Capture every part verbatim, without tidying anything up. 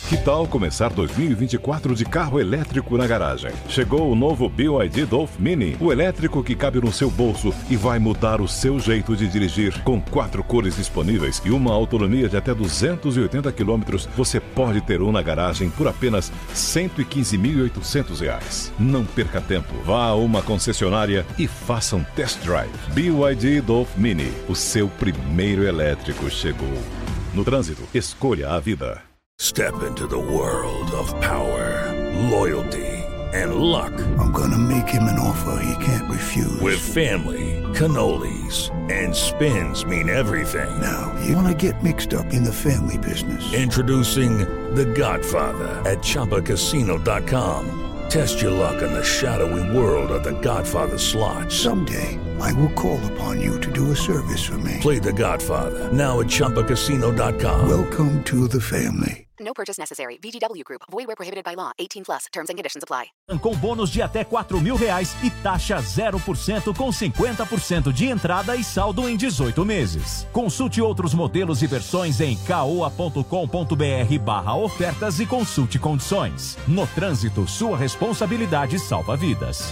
Que tal começar dois mil e vinte e quatro de carro elétrico na garagem? Chegou o novo B Y D Dolph Mini, o elétrico que cabe no seu bolso e vai mudar o seu jeito de dirigir. Com quatro cores disponíveis e uma autonomia de até duzentos e oitenta quilômetros, você pode ter um na garagem por apenas cento e quinze mil e oitocentos reais. Não perca tempo, vá a uma concessionária e faça um test drive. B Y D Dolph Mini, o seu primeiro elétrico chegou. No trânsito, escolha a vida. Step into the world of power, loyalty, and luck. I'm gonna make him an offer he can't refuse. With family, cannolis, and spins mean everything. Now, you wanna get mixed up in the family business. Introducing The Godfather at Chumba Casino dot com. Test your luck in the shadowy world of The Godfather slot. Someday, I will call upon you to do a service for me. Play The Godfather, now at Chumba Casino dot com. Welcome to the family. No purchase necessary. V G W Group. Void where prohibited by law. eighteen plus. Terms and conditions apply. Com bônus de até quatro mil reais e taxa zero por cento com cinquenta por cento de entrada e saldo em dezoito meses. Consulte outros modelos e versões em caoa ponto com ponto br barra ofertas e consulte condições. No trânsito, sua responsabilidade salva vidas.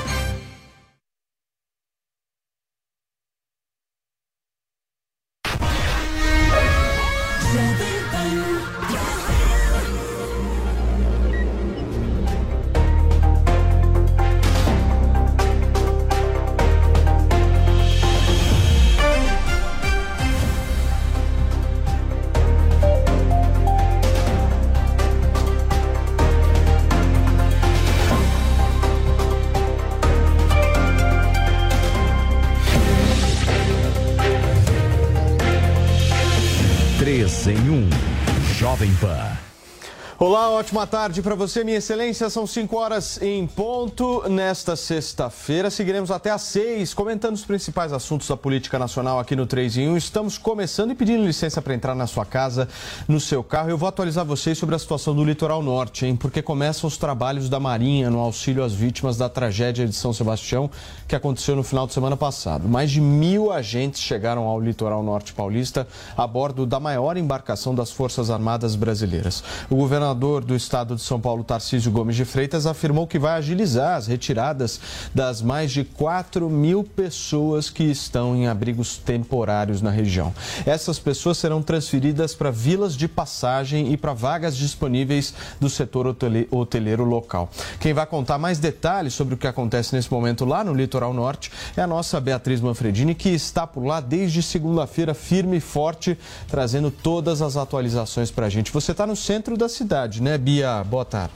três em um, Jovem Pan. Olá, ótima tarde para você, minha excelência. São cinco horas em ponto. Nesta sexta-feira, seguiremos até às seis, comentando os principais assuntos da política nacional aqui no três em um. Estamos começando e pedindo licença para entrar na sua casa, no seu carro. Eu vou atualizar vocês sobre a situação do litoral norte, hein? Porque começam os trabalhos da Marinha no auxílio às vítimas da tragédia de São Sebastião, que aconteceu no final de semana passado. Mais de mil agentes chegaram ao litoral norte paulista a bordo da maior embarcação das Forças Armadas brasileiras. O governador do estado de São Paulo, Tarcísio Gomes de Freitas, afirmou que vai agilizar as retiradas das mais de quatro mil pessoas que estão em abrigos temporários na região. Essas pessoas serão transferidas para vilas de passagem e para vagas disponíveis do setor hoteleiro local. Quem vai contar mais detalhes sobre o que acontece nesse momento lá no litoral norte é a nossa Beatriz Manfredini, que está por lá desde segunda-feira, firme e forte, trazendo todas as atualizações para a gente. Você está no centro da cidade, né, Bia? Boa tarde.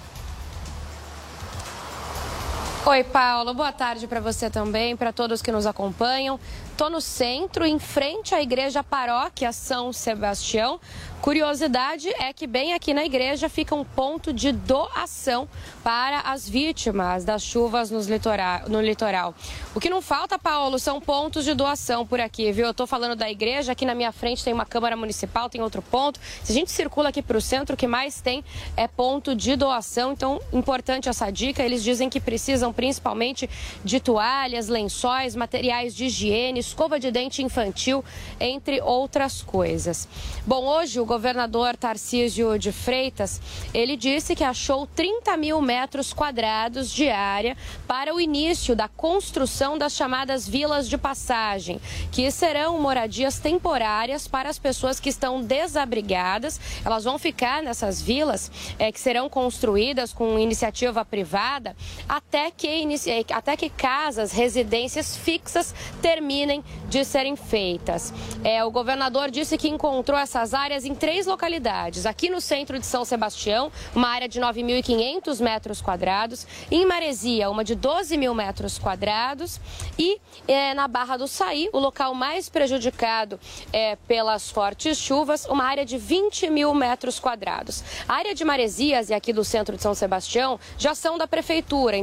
Oi, Paulo. Boa tarde para você também, para todos que nos acompanham. Estou no centro, em frente à igreja paróquia São Sebastião. Curiosidade é que bem aqui na igreja fica um ponto de doação para as vítimas das chuvas nos litoral, no litoral. O que não falta, Paulo, são pontos de doação por aqui, viu? Eu estou falando da igreja, aqui na minha frente tem uma Câmara Municipal, tem outro ponto. Se a gente circula aqui para o centro, o que mais tem é ponto de doação. Então, importante essa dica. Eles dizem que precisam principalmente de toalhas, lençóis, materiais de higiene, escova de dente infantil, entre outras coisas. Bom, hoje o governador Tarcísio de Freitas, ele disse que achou trinta mil metros quadrados de área para o início da construção das chamadas vilas de passagem, que serão moradias temporárias para as pessoas que estão desabrigadas. Elas vão ficar nessas vilas é, que serão construídas com iniciativa privada até que, inicie, até que casas, residências fixas terminem de serem feitas. É, o governador disse que encontrou essas áreas em três localidades. Aqui no centro de São Sebastião, uma área de nove mil e quinhentos metros quadrados. Em Maresia, uma de doze mil metros quadrados. E é, na Barra do Saí, o local mais prejudicado é, pelas fortes chuvas, uma área de vinte mil metros quadrados. A área de Maresias e aqui do centro de São Sebastião já são da prefeitura, então não tem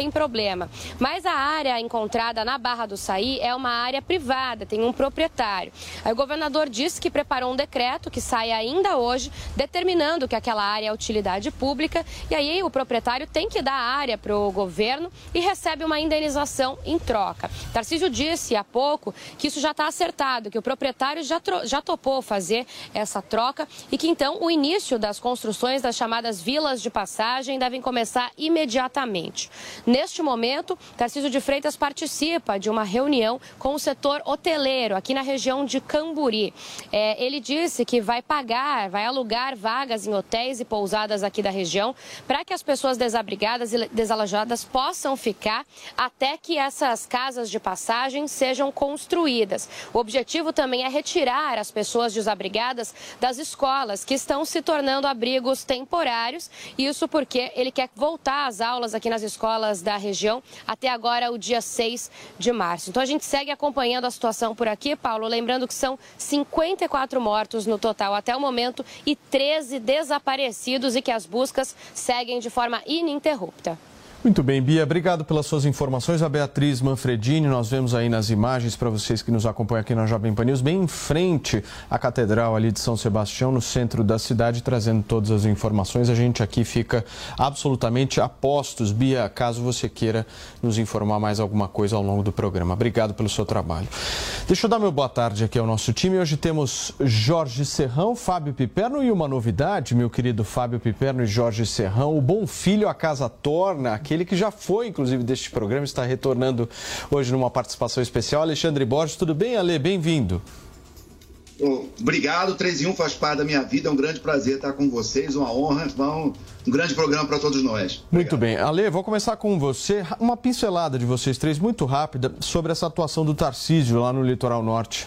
tem problema. Mas a área encontrada na Barra do Saí é uma área privada, tem um proprietário. Aí o governador disse que preparou um decreto que sai ainda hoje, determinando que aquela área é utilidade pública, e aí o proprietário tem que dar a área para o governo e recebe uma indenização em troca. Tarcísio disse há pouco que isso já está acertado, que o proprietário já, já topou fazer essa troca e que então o início das construções das chamadas vilas de passagem devem começar imediatamente. Neste momento, Tarcísio de Freitas participa de uma reunião com o setor hoteleiro aqui na região de Camburi. É, ele disse que vai pagar, vai alugar vagas em hotéis e pousadas aqui da região para que as pessoas desabrigadas e desalojadas possam ficar até que essas casas de passagem sejam construídas. O objetivo também é retirar as pessoas desabrigadas das escolas que estão se tornando abrigos temporários, isso porque ele quer voltar às aulas aqui nas escolas da região até agora, o dia seis de março. Então a gente segue acompanhando a situação por aqui, Paulo, lembrando que são cinquenta e quatro mortos no total até o momento e treze desaparecidos e que as buscas seguem de forma ininterrupta. Muito bem, Bia, obrigado pelas suas informações. A Beatriz Manfredini, nós vemos aí nas imagens para vocês que nos acompanham aqui na Jovem Pan News, bem em frente à Catedral ali de São Sebastião, no centro da cidade, trazendo todas as informações. A gente aqui fica absolutamente a postos, Bia, caso você queira nos informar mais alguma coisa ao longo do programa. Obrigado pelo seu trabalho. Deixa eu dar meu boa tarde aqui ao nosso time. Hoje temos Jorge Serrão, Fábio Piperno e uma novidade, meu querido Fábio Piperno e Jorge Serrão, o Bom Filho a Casa Torna, aquele que já foi, inclusive, deste programa, está retornando hoje numa participação especial. Alexandre Borges, tudo bem, Ale? Bem-vindo. Obrigado, três em um faz parte da minha vida, é um grande prazer estar com vocês, uma honra, um grande programa para todos nós. Obrigado. Muito bem. Ale, vou começar com você, uma pincelada de vocês três, muito rápida, sobre essa atuação do Tarcísio lá no Litoral Norte.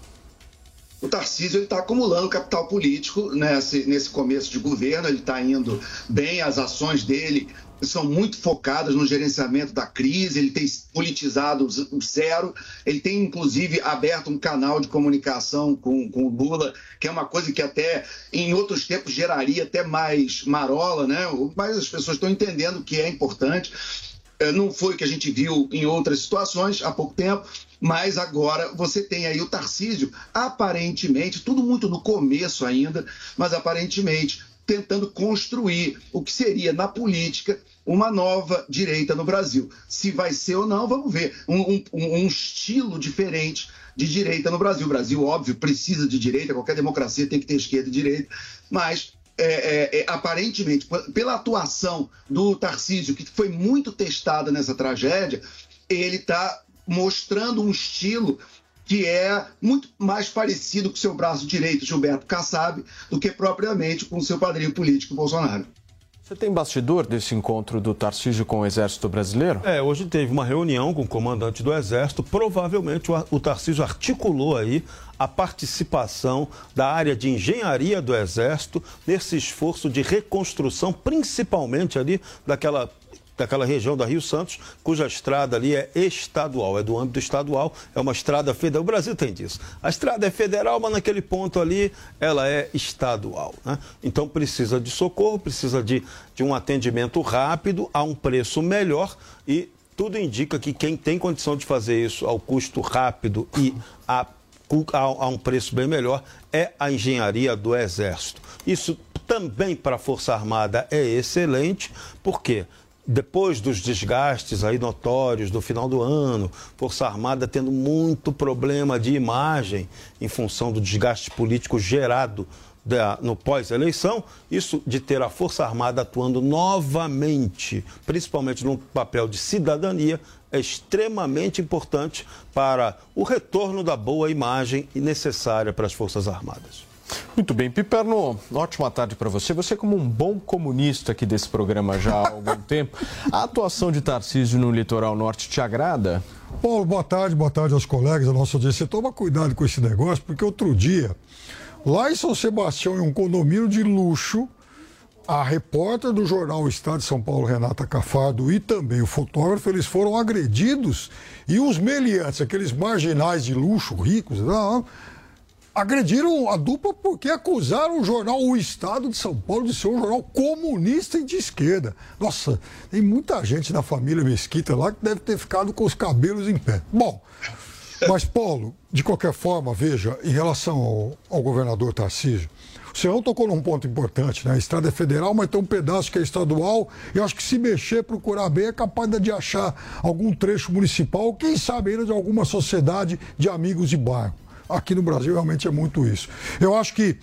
O Tarcísio está acumulando capital político nesse, nesse começo de governo, ele está indo bem, as ações dele são muito focadas no gerenciamento da crise, ele tem politizado o zero, ele tem inclusive aberto um canal de comunicação com, com o Lula, que é uma coisa que até em outros tempos geraria até mais marola, né? Mas as pessoas estão entendendo que é importante. Não foi o que a gente viu em outras situações há pouco tempo, mas agora você tem aí o Tarcísio, aparentemente, tudo muito no começo ainda, mas aparentemente tentando construir o que seria na política uma nova direita no Brasil. Se vai ser ou não, vamos ver. Um, um, um estilo diferente de direita no Brasil. O Brasil, óbvio, precisa de direita, qualquer democracia tem que ter esquerda e direita, mas é, é, é, aparentemente, pela atuação do Tarcísio, que foi muito testada nessa tragédia, ele está mostrando um estilo que é muito mais parecido com o seu braço direito, Gilberto Kassab, do que propriamente com o seu padrinho político, Bolsonaro. Você tem bastidor desse encontro do Tarcísio com o Exército Brasileiro? É, hoje teve uma reunião com o comandante do Exército. Provavelmente o, o Tarcísio articulou aí a participação da área de engenharia do Exército nesse esforço de reconstrução, principalmente ali daquela... daquela região da Rio Santos, cuja estrada ali é estadual, é do âmbito estadual, é uma estrada federal. O Brasil tem disso. A estrada é federal, mas naquele ponto ali ela é estadual, né? Então precisa de socorro, precisa de, de um atendimento rápido, a um preço melhor, e tudo indica que quem tem condição de fazer isso ao custo rápido e a, a, a um preço bem melhor é a engenharia do Exército. Isso também para a Força Armada é excelente, porque depois dos desgastes aí notórios do final do ano, Força Armada tendo muito problema de imagem em função do desgaste político gerado da, no pós-eleição, isso de ter a Força Armada atuando novamente, principalmente no papel de cidadania, é extremamente importante para o retorno da boa imagem necessária para as Forças Armadas. Muito bem, Piperno, ótima tarde para você. Você, como um bom comunista aqui desse programa já há algum tempo, a atuação de Tarcísio no Litoral Norte te agrada? Paulo, boa tarde, boa tarde aos colegas da nossa audiência. Toma cuidado com esse negócio, porque outro dia, lá em São Sebastião, em um condomínio de luxo, a repórter do jornal O Estado de São Paulo, Renata Cafardo, e também o fotógrafo, eles foram agredidos, e os meliantes, aqueles marginais de luxo, ricos, não, agrediram a dupla porque acusaram o jornal O Estado de São Paulo de ser um jornal comunista e de esquerda. Nossa, tem muita gente da família Mesquita lá que deve ter ficado com os cabelos em pé. Bom, mas Paulo, de qualquer forma, veja, em relação ao, ao governador Tarcísio, o senhor tocou num ponto importante, né? A estrada é federal, mas tem um pedaço que é estadual. E eu acho que se mexer, procurar bem, é capaz de achar algum trecho municipal, quem sabe ainda de alguma sociedade de amigos de bairro. Aqui no Brasil realmente é muito isso. Eu acho que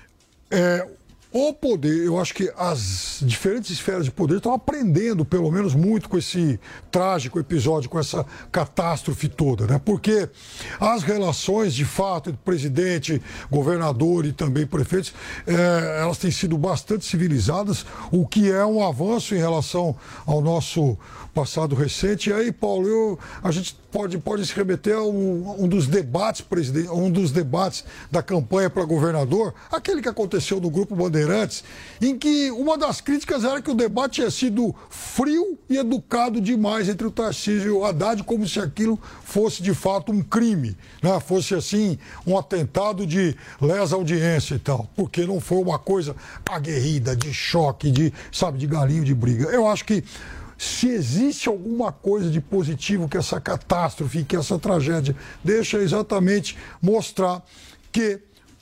é, o poder, eu acho que as diferentes esferas de poder estão aprendendo, pelo menos muito, com esse trágico episódio, com essa catástrofe toda, né? Porque as relações, de fato, entre presidente, governador e também prefeitos, é, elas têm sido bastante civilizadas, o que é um avanço em relação ao nosso passado recente. E aí, Paulo, eu, a gente pode, pode se remeter a um, um dos debates, presidente, um dos debates da campanha para governador, aquele que aconteceu no Grupo Bandeirantes, em que uma das críticas era que o debate tinha sido frio e educado demais entre o Tarcísio e o Haddad, como se aquilo fosse de fato um crime, né? Fosse assim um atentado de lesa audiência e tal, porque não foi uma coisa aguerrida, de choque, de, sabe, de galinho de briga. Eu acho que se existe alguma coisa de positivo que essa catástrofe, que essa tragédia deixa, exatamente mostrar que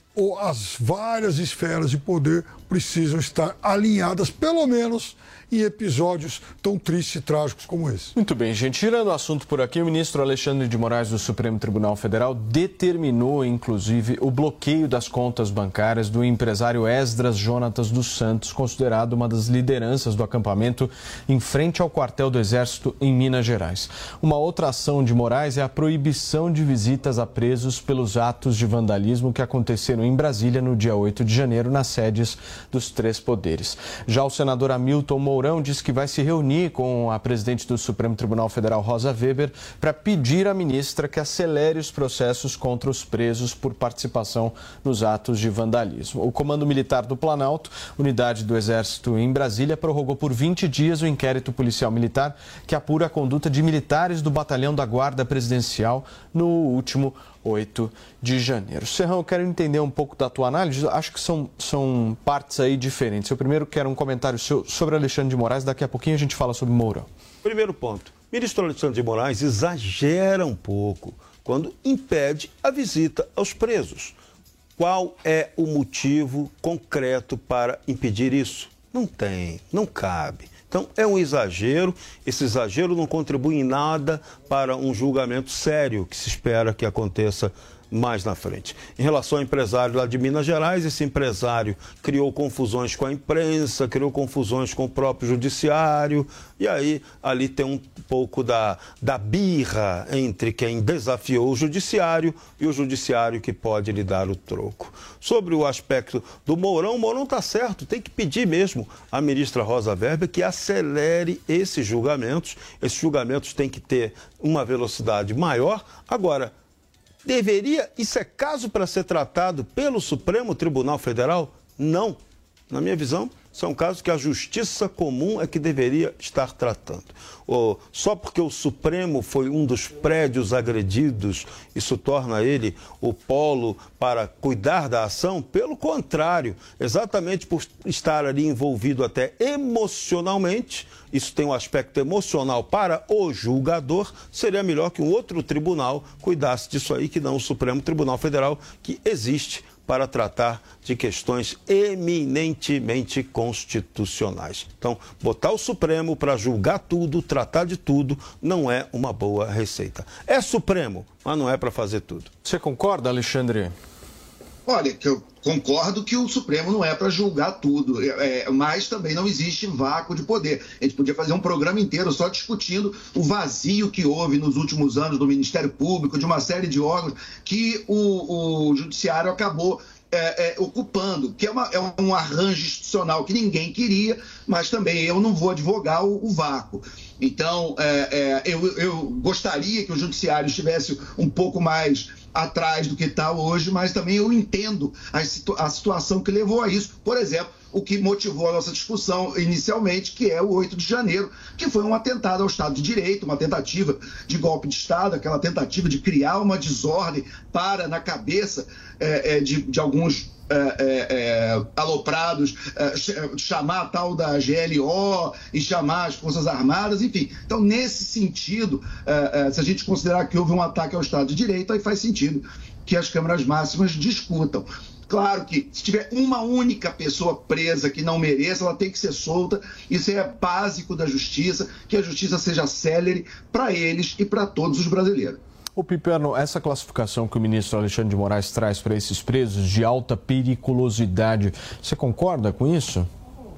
as várias esferas de poder precisam estar alinhadas, pelo menos em episódios tão tristes e trágicos como esse. Muito bem, gente. Tirando o assunto por aqui, o ministro Alexandre de Moraes do Supremo Tribunal Federal determinou, inclusive, o bloqueio das contas bancárias do empresário Esdras Jonatas dos Santos, considerado uma das lideranças do acampamento em frente ao quartel do Exército em Minas Gerais. Uma outra ação de Moraes é a proibição de visitas a presos pelos atos de vandalismo que aconteceram em Brasília no dia oito de janeiro, nas sedes dos três poderes. Já o senador Hamilton Mourão disse que vai se reunir com a presidente do Supremo Tribunal Federal, Rosa Weber, para pedir à ministra que acelere os processos contra os presos por participação nos atos de vandalismo. O Comando Militar do Planalto, unidade do Exército em Brasília, prorrogou por vinte dias o inquérito policial militar que apura a conduta de militares do Batalhão da Guarda Presidencial no último oito de janeiro. Serrão, eu quero entender um pouco da tua análise. Acho que são, são partes aí diferentes. Eu primeiro quero um comentário seu sobre Alexandre de Moraes. Daqui a pouquinho a gente fala sobre Mourão. Primeiro ponto. O ministro Alexandre de Moraes exagera um pouco quando impede a visita aos presos. Qual é o motivo concreto para impedir isso? Não tem, não cabe. Então, é um exagero. Esse exagero não contribui em nada para um julgamento sério que se espera que aconteça mais na frente. Em relação ao empresário lá de Minas Gerais, esse empresário criou confusões com a imprensa, criou confusões com o próprio judiciário, e aí ali tem um pouco da, da birra entre quem desafiou o judiciário e o judiciário que pode lhe dar o troco. Sobre o aspecto do Mourão, o Mourão está certo, tem que pedir mesmo à ministra Rosa Weber que acelere esses julgamentos. Esses julgamentos têm que ter uma velocidade maior. Agora, deveria, isso é caso para ser tratado pelo Supremo Tribunal Federal? Não. Na minha visão, são casos que a justiça comum é que deveria estar tratando. Oh, só porque o Supremo foi um dos prédios agredidos, isso torna ele o polo para cuidar da ação? Pelo contrário, exatamente por estar ali envolvido até emocionalmente, isso tem um aspecto emocional para o julgador, seria melhor que um outro tribunal cuidasse disso aí, que não o Supremo Tribunal Federal, que existe para tratar de questões eminentemente constitucionais. Então, botar o Supremo para julgar tudo, tratar de tudo, não é uma boa receita. É Supremo, mas não é para fazer tudo. Você concorda, Alexandre? Olha, que eu concordo que o Supremo não é para julgar tudo, é, mas também não existe vácuo de poder. A gente podia fazer um programa inteiro só discutindo o vazio que houve nos últimos anos do Ministério Público, de uma série de órgãos que o, o Judiciário acabou é, é, ocupando, que é, uma, é um arranjo institucional que ninguém queria, mas também eu não vou advogar o, o vácuo. Então, é, é, eu, eu gostaria que o Judiciário estivesse um pouco mais atrás do que está hoje, mas também eu entendo a, situ a situação que levou a isso. Por exemplo, o que motivou a nossa discussão inicialmente, que é o oito de janeiro, que foi um atentado ao Estado de Direito, uma tentativa de golpe de Estado, aquela tentativa de criar uma desordem para, na cabeça é, é, de, de alguns é, é, é, aloprados, é, chamar a tal da G L O e chamar as Forças Armadas, enfim. Então, nesse sentido, é, é, se a gente considerar que houve um ataque ao Estado de Direito, aí faz sentido que as câmaras máximas discutam. Claro que se tiver uma única pessoa presa que não mereça, ela tem que ser solta. Isso é básico da justiça, que a justiça seja célere para eles e para todos os brasileiros. Ô Piperno, essa classificação que o ministro Alexandre de Moraes traz para esses presos de alta periculosidade, você concorda com isso?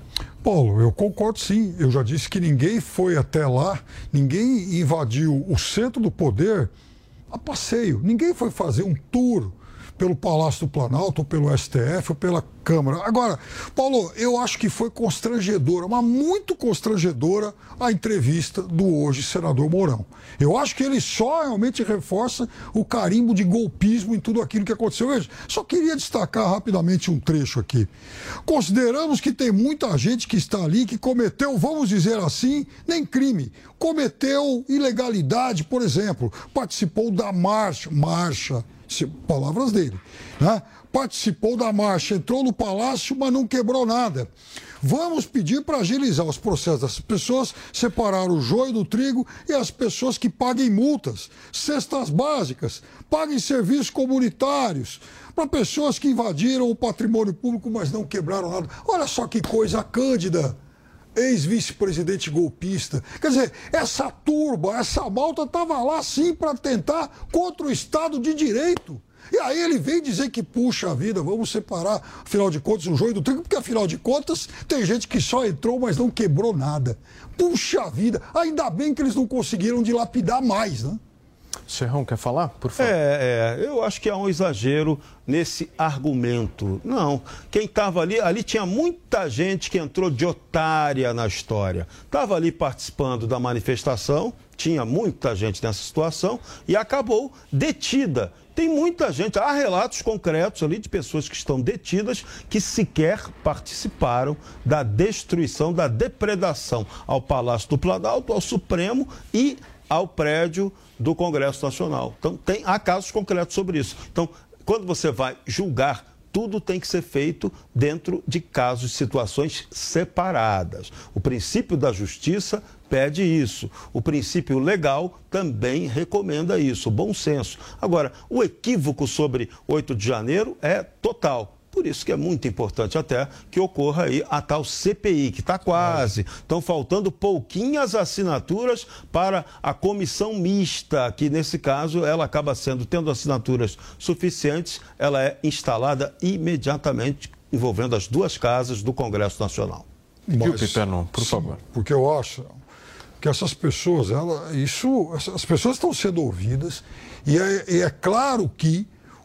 Paulo, eu concordo sim. Eu já disse que ninguém foi até lá, ninguém invadiu o centro do poder a passeio. Ninguém foi fazer um tour pelo Palácio do Planalto, ou pelo S T F, ou pela Câmara. Agora, Paulo, eu acho que foi constrangedora, mas muito constrangedora, a entrevista do hoje senador Mourão. Eu acho que ele só realmente reforça o carimbo de golpismo em tudo aquilo que aconteceu. Veja, só queria destacar rapidamente um trecho aqui. Consideramos que tem muita gente que está ali que cometeu, vamos dizer assim, nem crime, cometeu ilegalidade, por exemplo, participou da marcha, marcha, palavras dele, né? Participou da marcha, entrou no palácio, mas não quebrou nada. Vamos pedir para agilizar os processos dessas pessoas, separar o joio do trigo e as pessoas que paguem multas, cestas básicas, paguem serviços comunitários, para pessoas que invadiram o patrimônio público, mas não quebraram nada. Olha só que coisa cândida. Ex-vice-presidente golpista. Quer dizer, essa turba, essa malta estava lá sim para tentar contra o Estado de Direito. E aí ele vem dizer que, puxa vida, vamos separar, afinal de contas, o joio do trigo, porque afinal de contas tem gente que só entrou, mas não quebrou nada. Puxa vida, ainda bem que eles não conseguiram dilapidar mais, né? Serrão, quer falar? Por favor. É, é, eu acho que há um exagero nesse argumento. Não, quem estava ali, ali tinha muita gente que entrou de otária na história. Estava ali participando da manifestação, tinha muita gente nessa situação e acabou detida. Tem muita gente, há relatos concretos ali de pessoas que estão detidas que sequer participaram da destruição, da depredação ao Palácio do Planalto, ao Supremo e ao prédio do Congresso Nacional. Então, tem, há casos concretos sobre isso. Então, quando você vai julgar, tudo tem que ser feito dentro de casos, situações separadas. O princípio da justiça pede isso. O princípio legal também recomenda isso, o bom senso. Agora, o equívoco sobre oito de janeiro é total. Por isso que é muito importante até que ocorra aí a tal C P I, que está quase. Estão faltando pouquinhas assinaturas para a comissão mista, que nesse caso ela acaba sendo, tendo assinaturas suficientes, ela é instalada imediatamente, envolvendo as duas casas do Congresso Nacional. Mas, Piperno, por sim, favor. Porque eu acho que essas pessoas, ela, isso, as pessoas estão sendo ouvidas e é, e é claro que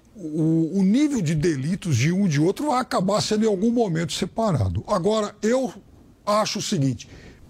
O, o nível de delitos de um e de outro vai acabar sendo em algum momento separado. Agora, eu acho o seguinte,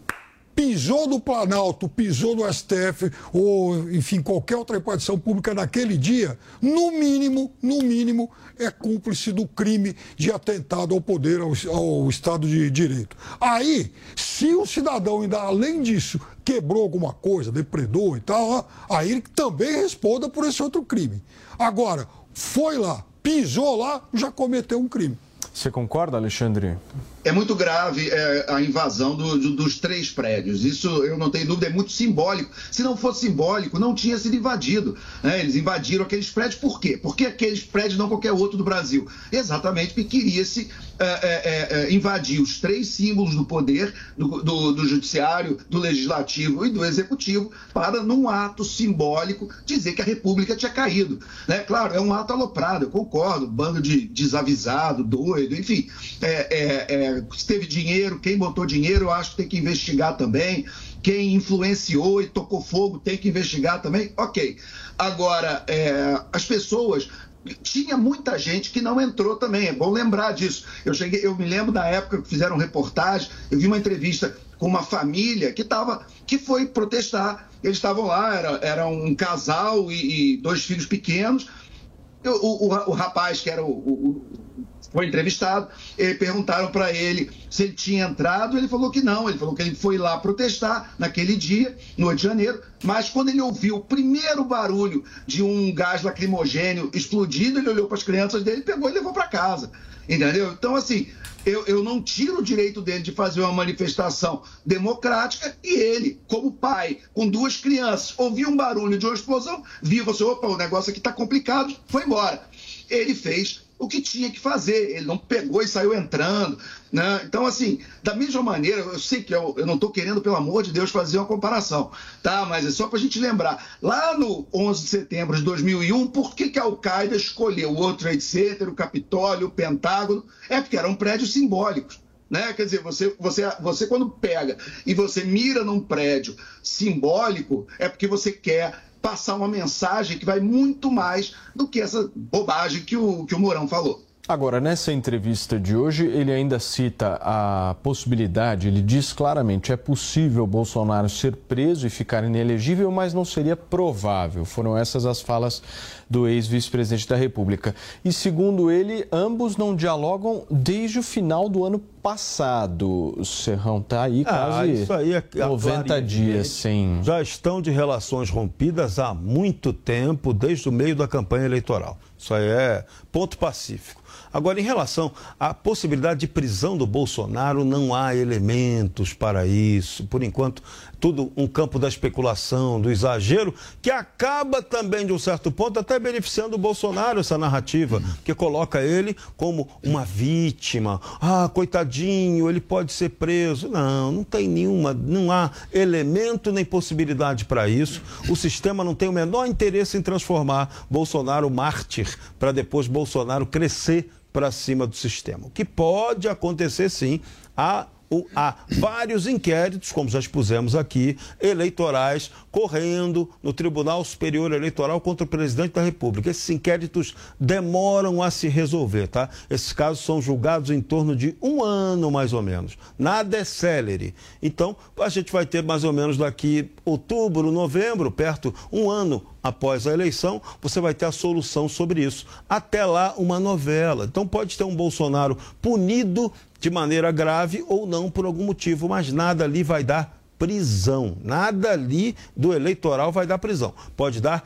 pisou no Planalto, pisou no S T F, ou, enfim, qualquer outra repartição pública naquele dia, no mínimo, no mínimo, é cúmplice do crime de atentado ao poder, ao, ao Estado de Direito. Aí, se o cidadão ainda, além disso, quebrou alguma coisa, depredou e tal, aí ele também responda por esse outro crime. Agora, foi lá, pisou lá, já cometeu um crime. Você concorda, Alexandre? É muito grave é, a invasão do, do, dos três prédios. Isso, eu não tenho dúvida, é muito simbólico. Se não fosse simbólico, não tinha sido invadido, né? Eles invadiram aqueles prédios. Por quê? Porque aqueles prédios, não qualquer outro do Brasil. Exatamente porque queria-se é, é, é, invadir os três símbolos do poder, do, do, do judiciário, do legislativo e do executivo, para, num ato simbólico, dizer que a República tinha caído. Né? Claro, é um ato aloprado, eu concordo, bando de desavisado, doido, enfim. É, é, é, se teve dinheiro, quem botou dinheiro, eu acho que tem que investigar também. Quem influenciou e tocou fogo tem que investigar também. Ok. Agora, é, as pessoas... Tinha muita gente que não entrou também, é bom lembrar disso. Eu, cheguei, eu me lembro da época que fizeram reportagem, eu vi uma entrevista com uma família que, tava, que foi protestar. Eles estavam lá, era, era um casal e, e dois filhos pequenos. O, o, o rapaz, que era o, o foi entrevistado, e perguntaram para ele se ele tinha entrado, ele falou que não, ele falou que ele foi lá protestar naquele dia, no Rio de Janeiro, mas quando ele ouviu o primeiro barulho de um gás lacrimogêneo explodindo, ele olhou para as crianças dele, pegou e levou para casa, entendeu? Então, assim, eu, eu não tiro o direito dele de fazer uma manifestação democrática e ele, como pai, com duas crianças, ouviu um barulho de uma explosão, viu, você, opa, o negócio aqui está complicado, foi embora. Ele fez o que tinha que fazer, ele não pegou e saiu entrando, né? Então, assim, da mesma maneira, eu sei que eu, eu não estou querendo, pelo amor de Deus, fazer uma comparação, tá? Mas é só para a gente lembrar, lá no onze de setembro de dois mil e um, por que que a Al-Qaeda escolheu o World Trade Center, o Capitólio, o Pentágono? É porque eram prédios simbólicos. Né? Quer dizer, você, você, você quando pega e você mira num prédio simbólico, é porque você quer passar uma mensagem que vai muito mais do que essa bobagem que o, que o Mourão falou. Agora, nessa entrevista de hoje, ele ainda cita a possibilidade, ele diz claramente, é possível Bolsonaro ser preso e ficar inelegível, mas não seria provável. Foram essas as falas do ex-vice-presidente da República. E, segundo ele, ambos não dialogam desde o final do ano passado. O Serrão está aí quase ah, isso aí é, noventa dias sem... Já estão de relações rompidas há muito tempo, desde o meio da campanha eleitoral. Isso aí é ponto pacífico. Agora, em relação à possibilidade de prisão do Bolsonaro, não há elementos para isso. Por enquanto, tudo um campo da especulação, do exagero, que acaba também, de um certo ponto, até beneficiando o Bolsonaro, essa narrativa, que coloca ele como uma vítima. Ah, coitadinho, ele pode ser preso. Não, não tem nenhuma, não há elemento nem possibilidade para isso. O sistema não tem o menor interesse em transformar Bolsonaro mártir, para depois Bolsonaro crescer para cima do sistema. O que pode acontecer, sim, há, há vários inquéritos, como já expusemos aqui, eleitorais, correndo no Tribunal Superior Eleitoral contra o presidente da República. Esses inquéritos demoram a se resolver, tá? Esses casos são julgados em torno de um ano, mais ou menos. Nada é célere. Então, a gente vai ter mais ou menos daqui outubro, novembro, perto, um ano após a eleição, você vai ter a solução sobre isso. Até lá, uma novela. Então, pode ter um Bolsonaro punido de maneira grave ou não por algum motivo, mas nada ali vai dar prisão. Nada ali do eleitoral vai dar prisão. Pode dar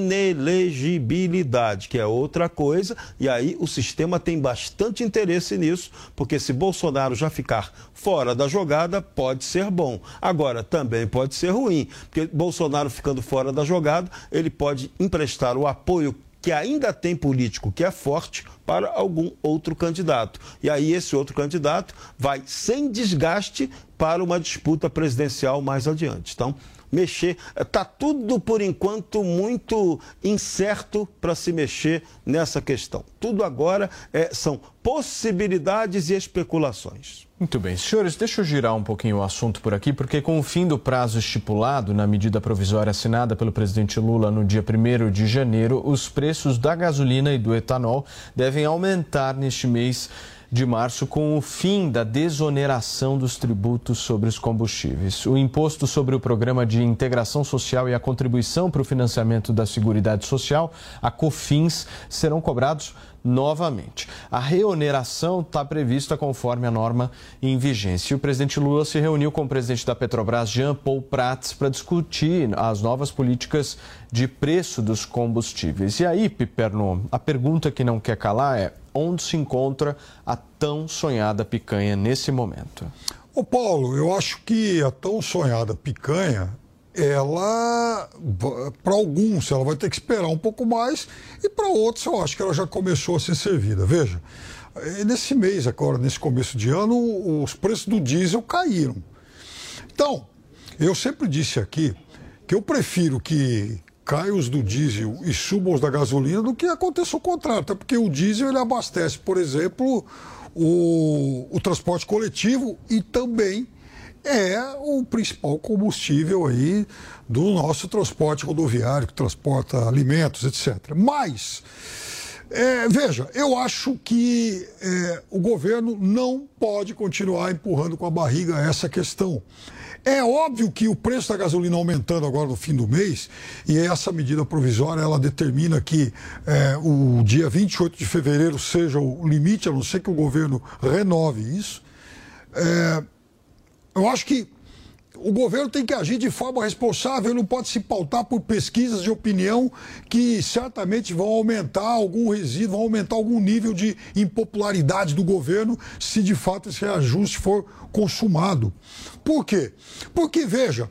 inelegibilidade, que é outra coisa, e aí o sistema tem bastante interesse nisso, porque se Bolsonaro já ficar fora da jogada, pode ser bom. Agora, também pode ser ruim, porque Bolsonaro ficando fora da jogada, ele pode emprestar o apoio que ainda tem político que é forte para algum outro candidato. E aí esse outro candidato vai sem desgaste para uma disputa presidencial mais adiante. Então, mexer, está tudo por enquanto muito incerto para se mexer nessa questão. Tudo agora é, são possibilidades e especulações. Muito bem. Senhores, deixa eu girar um pouquinho o assunto por aqui, porque com o fim do prazo estipulado na medida provisória assinada pelo presidente Lula no dia primeiro de janeiro, os preços da gasolina e do etanol devem aumentar neste mês de março com o fim da desoneração dos tributos sobre os combustíveis. O imposto sobre o Programa de Integração Social e a contribuição para o financiamento da Seguridade Social, a COFINS, serão cobrados novamente. A reoneração está prevista conforme a norma em vigência. O presidente Lula se reuniu com o presidente da Petrobras, Jean Paul Prats, para discutir as novas políticas de preço dos combustíveis. E aí, Piperno, a pergunta que não quer calar é: onde se encontra a tão sonhada picanha nesse momento? Ô Paulo, eu acho que a tão sonhada picanha, ela, para alguns, ela vai ter que esperar um pouco mais, e para outros eu acho que ela já começou a ser servida. Veja, nesse mês agora, nesse começo de ano, os preços do diesel caíram. Então, eu sempre disse aqui que eu prefiro que caiam os do diesel e subam os da gasolina do que aconteça o contrário, até porque o diesel ele abastece, por exemplo, o, o transporte coletivo e também é o principal combustível aí do nosso transporte rodoviário, que transporta alimentos, etcétera. Mas É, veja, eu acho que é, o governo não pode continuar empurrando com a barriga essa questão. É óbvio que o preço da gasolina aumentando agora no fim do mês, e essa medida provisória, ela determina que é, o dia vinte e oito de fevereiro seja o limite, a não ser que o governo renove isso. É, eu acho que o governo tem que agir de forma responsável, não pode se pautar por pesquisas de opinião que certamente vão aumentar algum resíduo, vão aumentar algum nível de impopularidade do governo se de fato esse reajuste for consumado. Por quê? Porque, veja,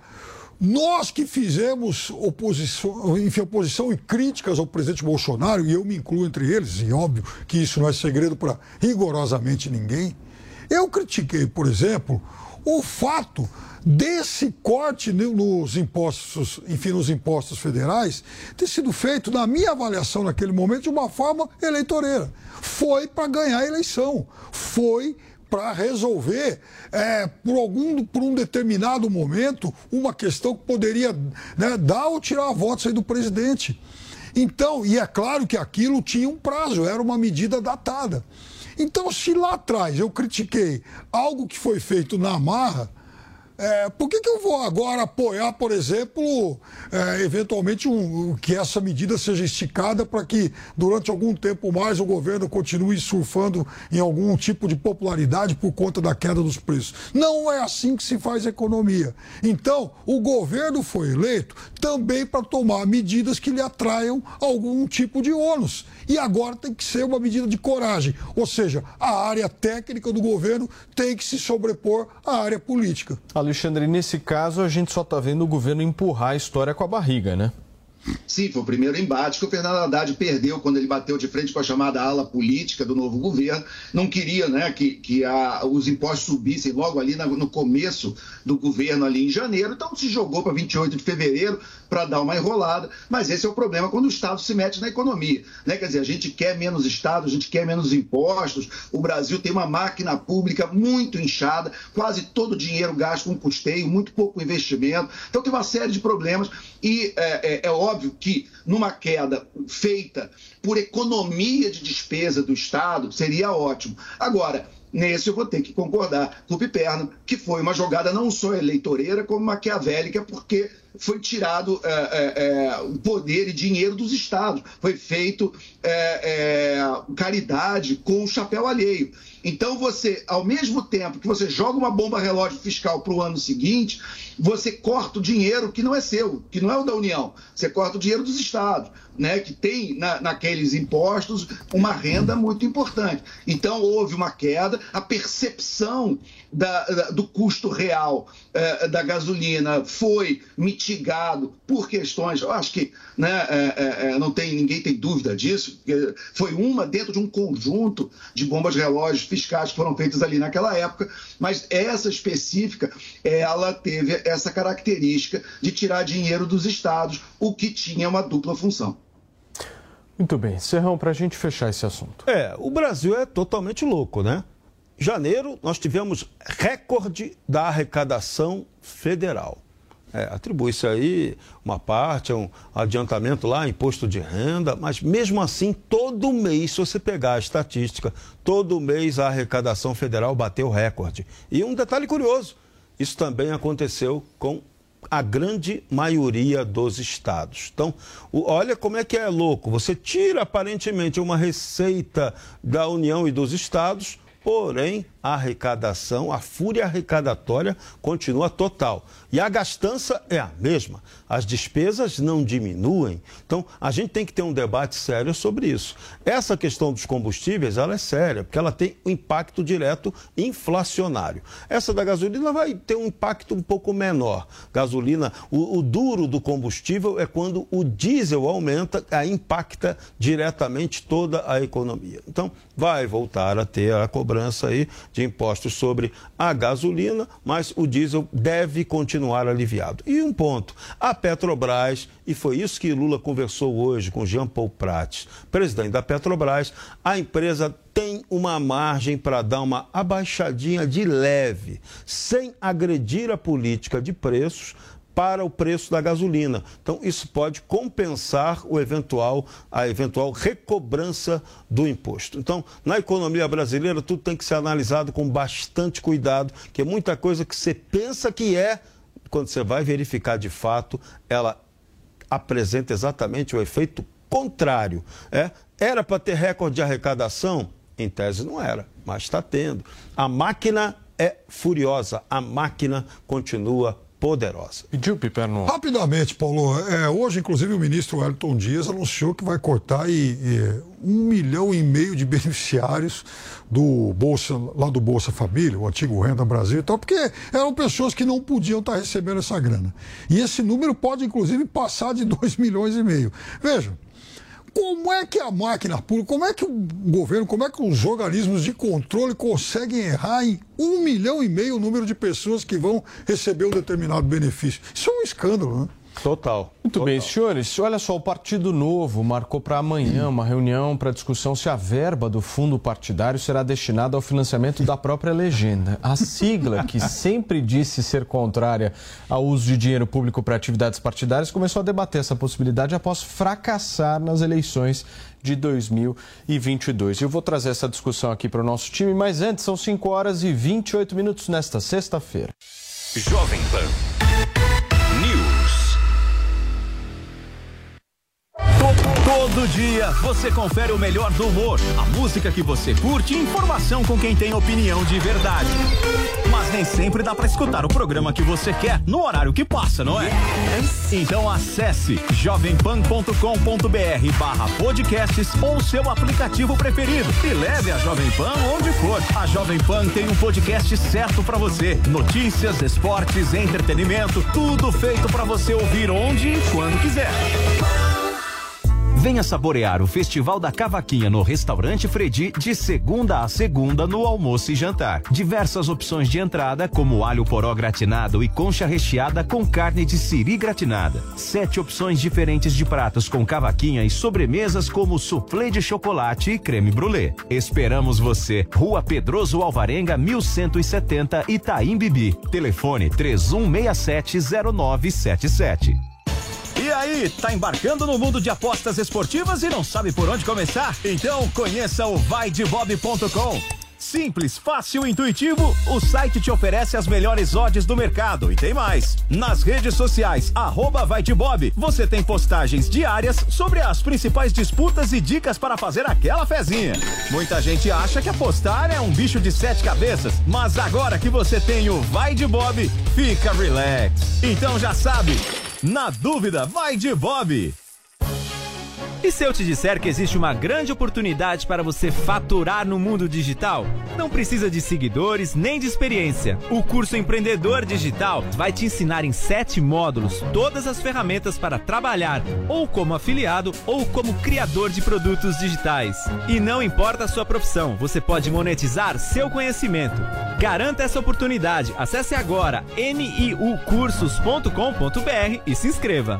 nós que fizemos oposição, enfim, oposição e críticas ao presidente Bolsonaro, e eu me incluo entre eles, e óbvio que isso não é segredo para rigorosamente ninguém, eu critiquei, por exemplo, o fato desse corte nos impostos, enfim, nos impostos federais, ter sido feito, na minha avaliação naquele momento, de uma forma eleitoreira. Foi para ganhar a eleição, foi para resolver, é, por, algum, por um determinado momento, uma questão que poderia, né, dar ou tirar votos aí do presidente. Então, e é claro que aquilo tinha um prazo, era uma medida datada. Então, se lá atrás eu critiquei algo que foi feito na marra, É, por que que eu vou agora apoiar, por exemplo, é, eventualmente um, que essa medida seja esticada para que durante algum tempo mais o governo continue surfando em algum tipo de popularidade por conta da queda dos preços? Não é assim que se faz economia. Então, o governo foi eleito também para tomar medidas que lhe atraiam algum tipo de ônus. E agora tem que ser uma medida de coragem. Ou seja, a área técnica do governo tem que se sobrepor à área política. Alexandre, nesse caso a gente só está vendo o governo empurrar a história com a barriga, né? Sim, foi o primeiro embate que o Fernando Haddad perdeu quando ele bateu de frente com a chamada ala política do novo governo. Não queria, né, que, que a, os impostos subissem logo ali na, no começo do governo ali em janeiro, então se jogou para vinte e oito de fevereiro para dar uma enrolada, mas esse é o problema quando o Estado se mete na economia, né? Quer dizer, a gente quer menos Estado, a gente quer menos impostos, o Brasil tem uma máquina pública muito inchada, quase todo o dinheiro gasto com custeio, muito pouco investimento, então tem uma série de problemas e é, é, é óbvio que numa queda feita por economia de despesa do Estado seria ótimo. Agora, nesse eu vou ter que concordar com o Piperno, que foi uma jogada não só eleitoreira, como maquiavélica, porque foi tirado é, é, é, o poder e dinheiro dos estados. Foi feito é, é, caridade com o chapéu alheio. Então você, ao mesmo tempo que você joga uma bomba relógio fiscal para o ano seguinte, você corta o dinheiro que não é seu, que não é o da União. Você corta o dinheiro dos estados, né, que tem na, naqueles impostos uma renda muito importante. Então houve uma queda, a percepção da, da, do custo real eh, da gasolina foi mitigado por questões, eu acho que, né, é, é, não tem, ninguém tem dúvida disso, foi uma dentro de um conjunto de bombas relógios fiscais que foram feitas ali naquela época, mas essa específica, ela teve essa característica de tirar dinheiro dos estados, o que tinha uma dupla função. Muito bem. Serrão, para a gente fechar esse assunto. É, o Brasil é totalmente louco, né? Em janeiro, nós tivemos recorde da arrecadação federal. É, atribui-se aí uma parte, um adiantamento lá, imposto de renda, mas mesmo assim, todo mês, se você pegar a estatística, todo mês a arrecadação federal bateu recorde. E um detalhe curioso, isso também aconteceu com a grande maioria dos estados. Então, o, olha como é que é louco. Você tira aparentemente uma receita da União e dos estados, porém a arrecadação, a fúria arrecadatória continua total. E a gastança é a mesma. As despesas não diminuem. Então, a gente tem que ter um debate sério sobre isso. Essa questão dos combustíveis, ela é séria, porque ela tem um impacto direto inflacionário. Essa da gasolina vai ter um impacto um pouco menor. Gasolina, o, o duro do combustível é quando o diesel aumenta, aí impacta diretamente toda a economia. Então, vai voltar a ter a cobrança aí de impostos sobre a gasolina, mas o diesel deve continuar aliviado. E um ponto, a Petrobras, e foi isso que Lula conversou hoje com Jean Paul Prats, presidente da Petrobras, a empresa tem uma margem para dar uma abaixadinha de leve, sem agredir a política de preços, para o preço da gasolina. Então, isso pode compensar o eventual, a eventual recobrança do imposto. Então, na economia brasileira, tudo tem que ser analisado com bastante cuidado, que é muita coisa que você pensa que é, quando você vai verificar de fato, ela apresenta exatamente o efeito contrário. É? Era para ter recorde de arrecadação? Em tese não era, mas está tendo. A máquina é furiosa, a máquina continua poderosa. Pediu, Piperno? Rapidamente, Paulo. É, hoje, inclusive, o ministro Wellington Dias anunciou que vai cortar e, e, um milhão e meio de beneficiários do Bolsa, lá do Bolsa Família, o antigo Renda Brasil e tal, porque eram pessoas que não podiam estar recebendo essa grana. E esse número pode, inclusive, passar de dois milhões e meio. Vejam. Como é que a máquina pública, como é que o governo, como é que os organismos de controle conseguem errar em um milhão e meio o número de pessoas que vão receber um determinado benefício? Isso é um escândalo, né? Total. Muito Total. bem, senhores. Olha só, o Partido Novo marcou para amanhã uma reunião para discussão se a verba do fundo partidário será destinada ao financiamento da própria legenda. A sigla, que sempre disse ser contrária ao uso de dinheiro público para atividades partidárias, começou a debater essa possibilidade após fracassar nas eleições de dois mil e vinte e dois. Eu vou trazer essa discussão aqui para o nosso time, mas antes são cinco horas e vinte e oito minutos nesta sexta-feira. Jovem Pan News. Todo dia você confere o melhor do humor, a música que você curte e informação com quem tem opinião de verdade. Mas nem sempre dá pra escutar o programa que você quer no horário que passa, não é? Então acesse jovempan ponto com ponto br barra podcasts ou seu aplicativo preferido e leve a Jovem Pan onde for. A Jovem Pan tem um podcast certo pra você. Notícias, esportes, entretenimento, tudo feito pra você ouvir onde e quando quiser. Venha saborear o Festival da Cavaquinha no Restaurante Fredi de segunda a segunda no almoço e jantar. Diversas opções de entrada, como alho poró gratinado e concha recheada com carne de siri gratinada. Sete opções diferentes de pratos com cavaquinha e sobremesas como soufflé de chocolate e creme brulee. Esperamos você. Rua Pedroso Alvarenga, mil cento e setenta, Itaim Bibi. Telefone três um seis sete zero nove sete sete. E aí, tá embarcando no mundo de apostas esportivas e não sabe por onde começar? Então conheça o vai de bob ponto com. Simples, fácil e intuitivo, o site te oferece as melhores odds do mercado e tem mais. Nas redes sociais, arroba vai de bob, você tem postagens diárias sobre as principais disputas e dicas para fazer aquela fezinha. Muita gente acha que apostar é um bicho de sete cabeças, mas agora que você tem o Vai de Bob, fica relax. Então já sabe, na dúvida, vai de Bob. E se eu te disser que existe uma grande oportunidade para você faturar no mundo digital? Não precisa de seguidores nem de experiência. O curso Empreendedor Digital vai te ensinar em sete módulos todas as ferramentas para trabalhar ou como afiliado ou como criador de produtos digitais. E não importa a sua profissão, você pode monetizar seu conhecimento. Garanta essa oportunidade. Acesse agora niu cursos ponto com ponto br e se inscreva.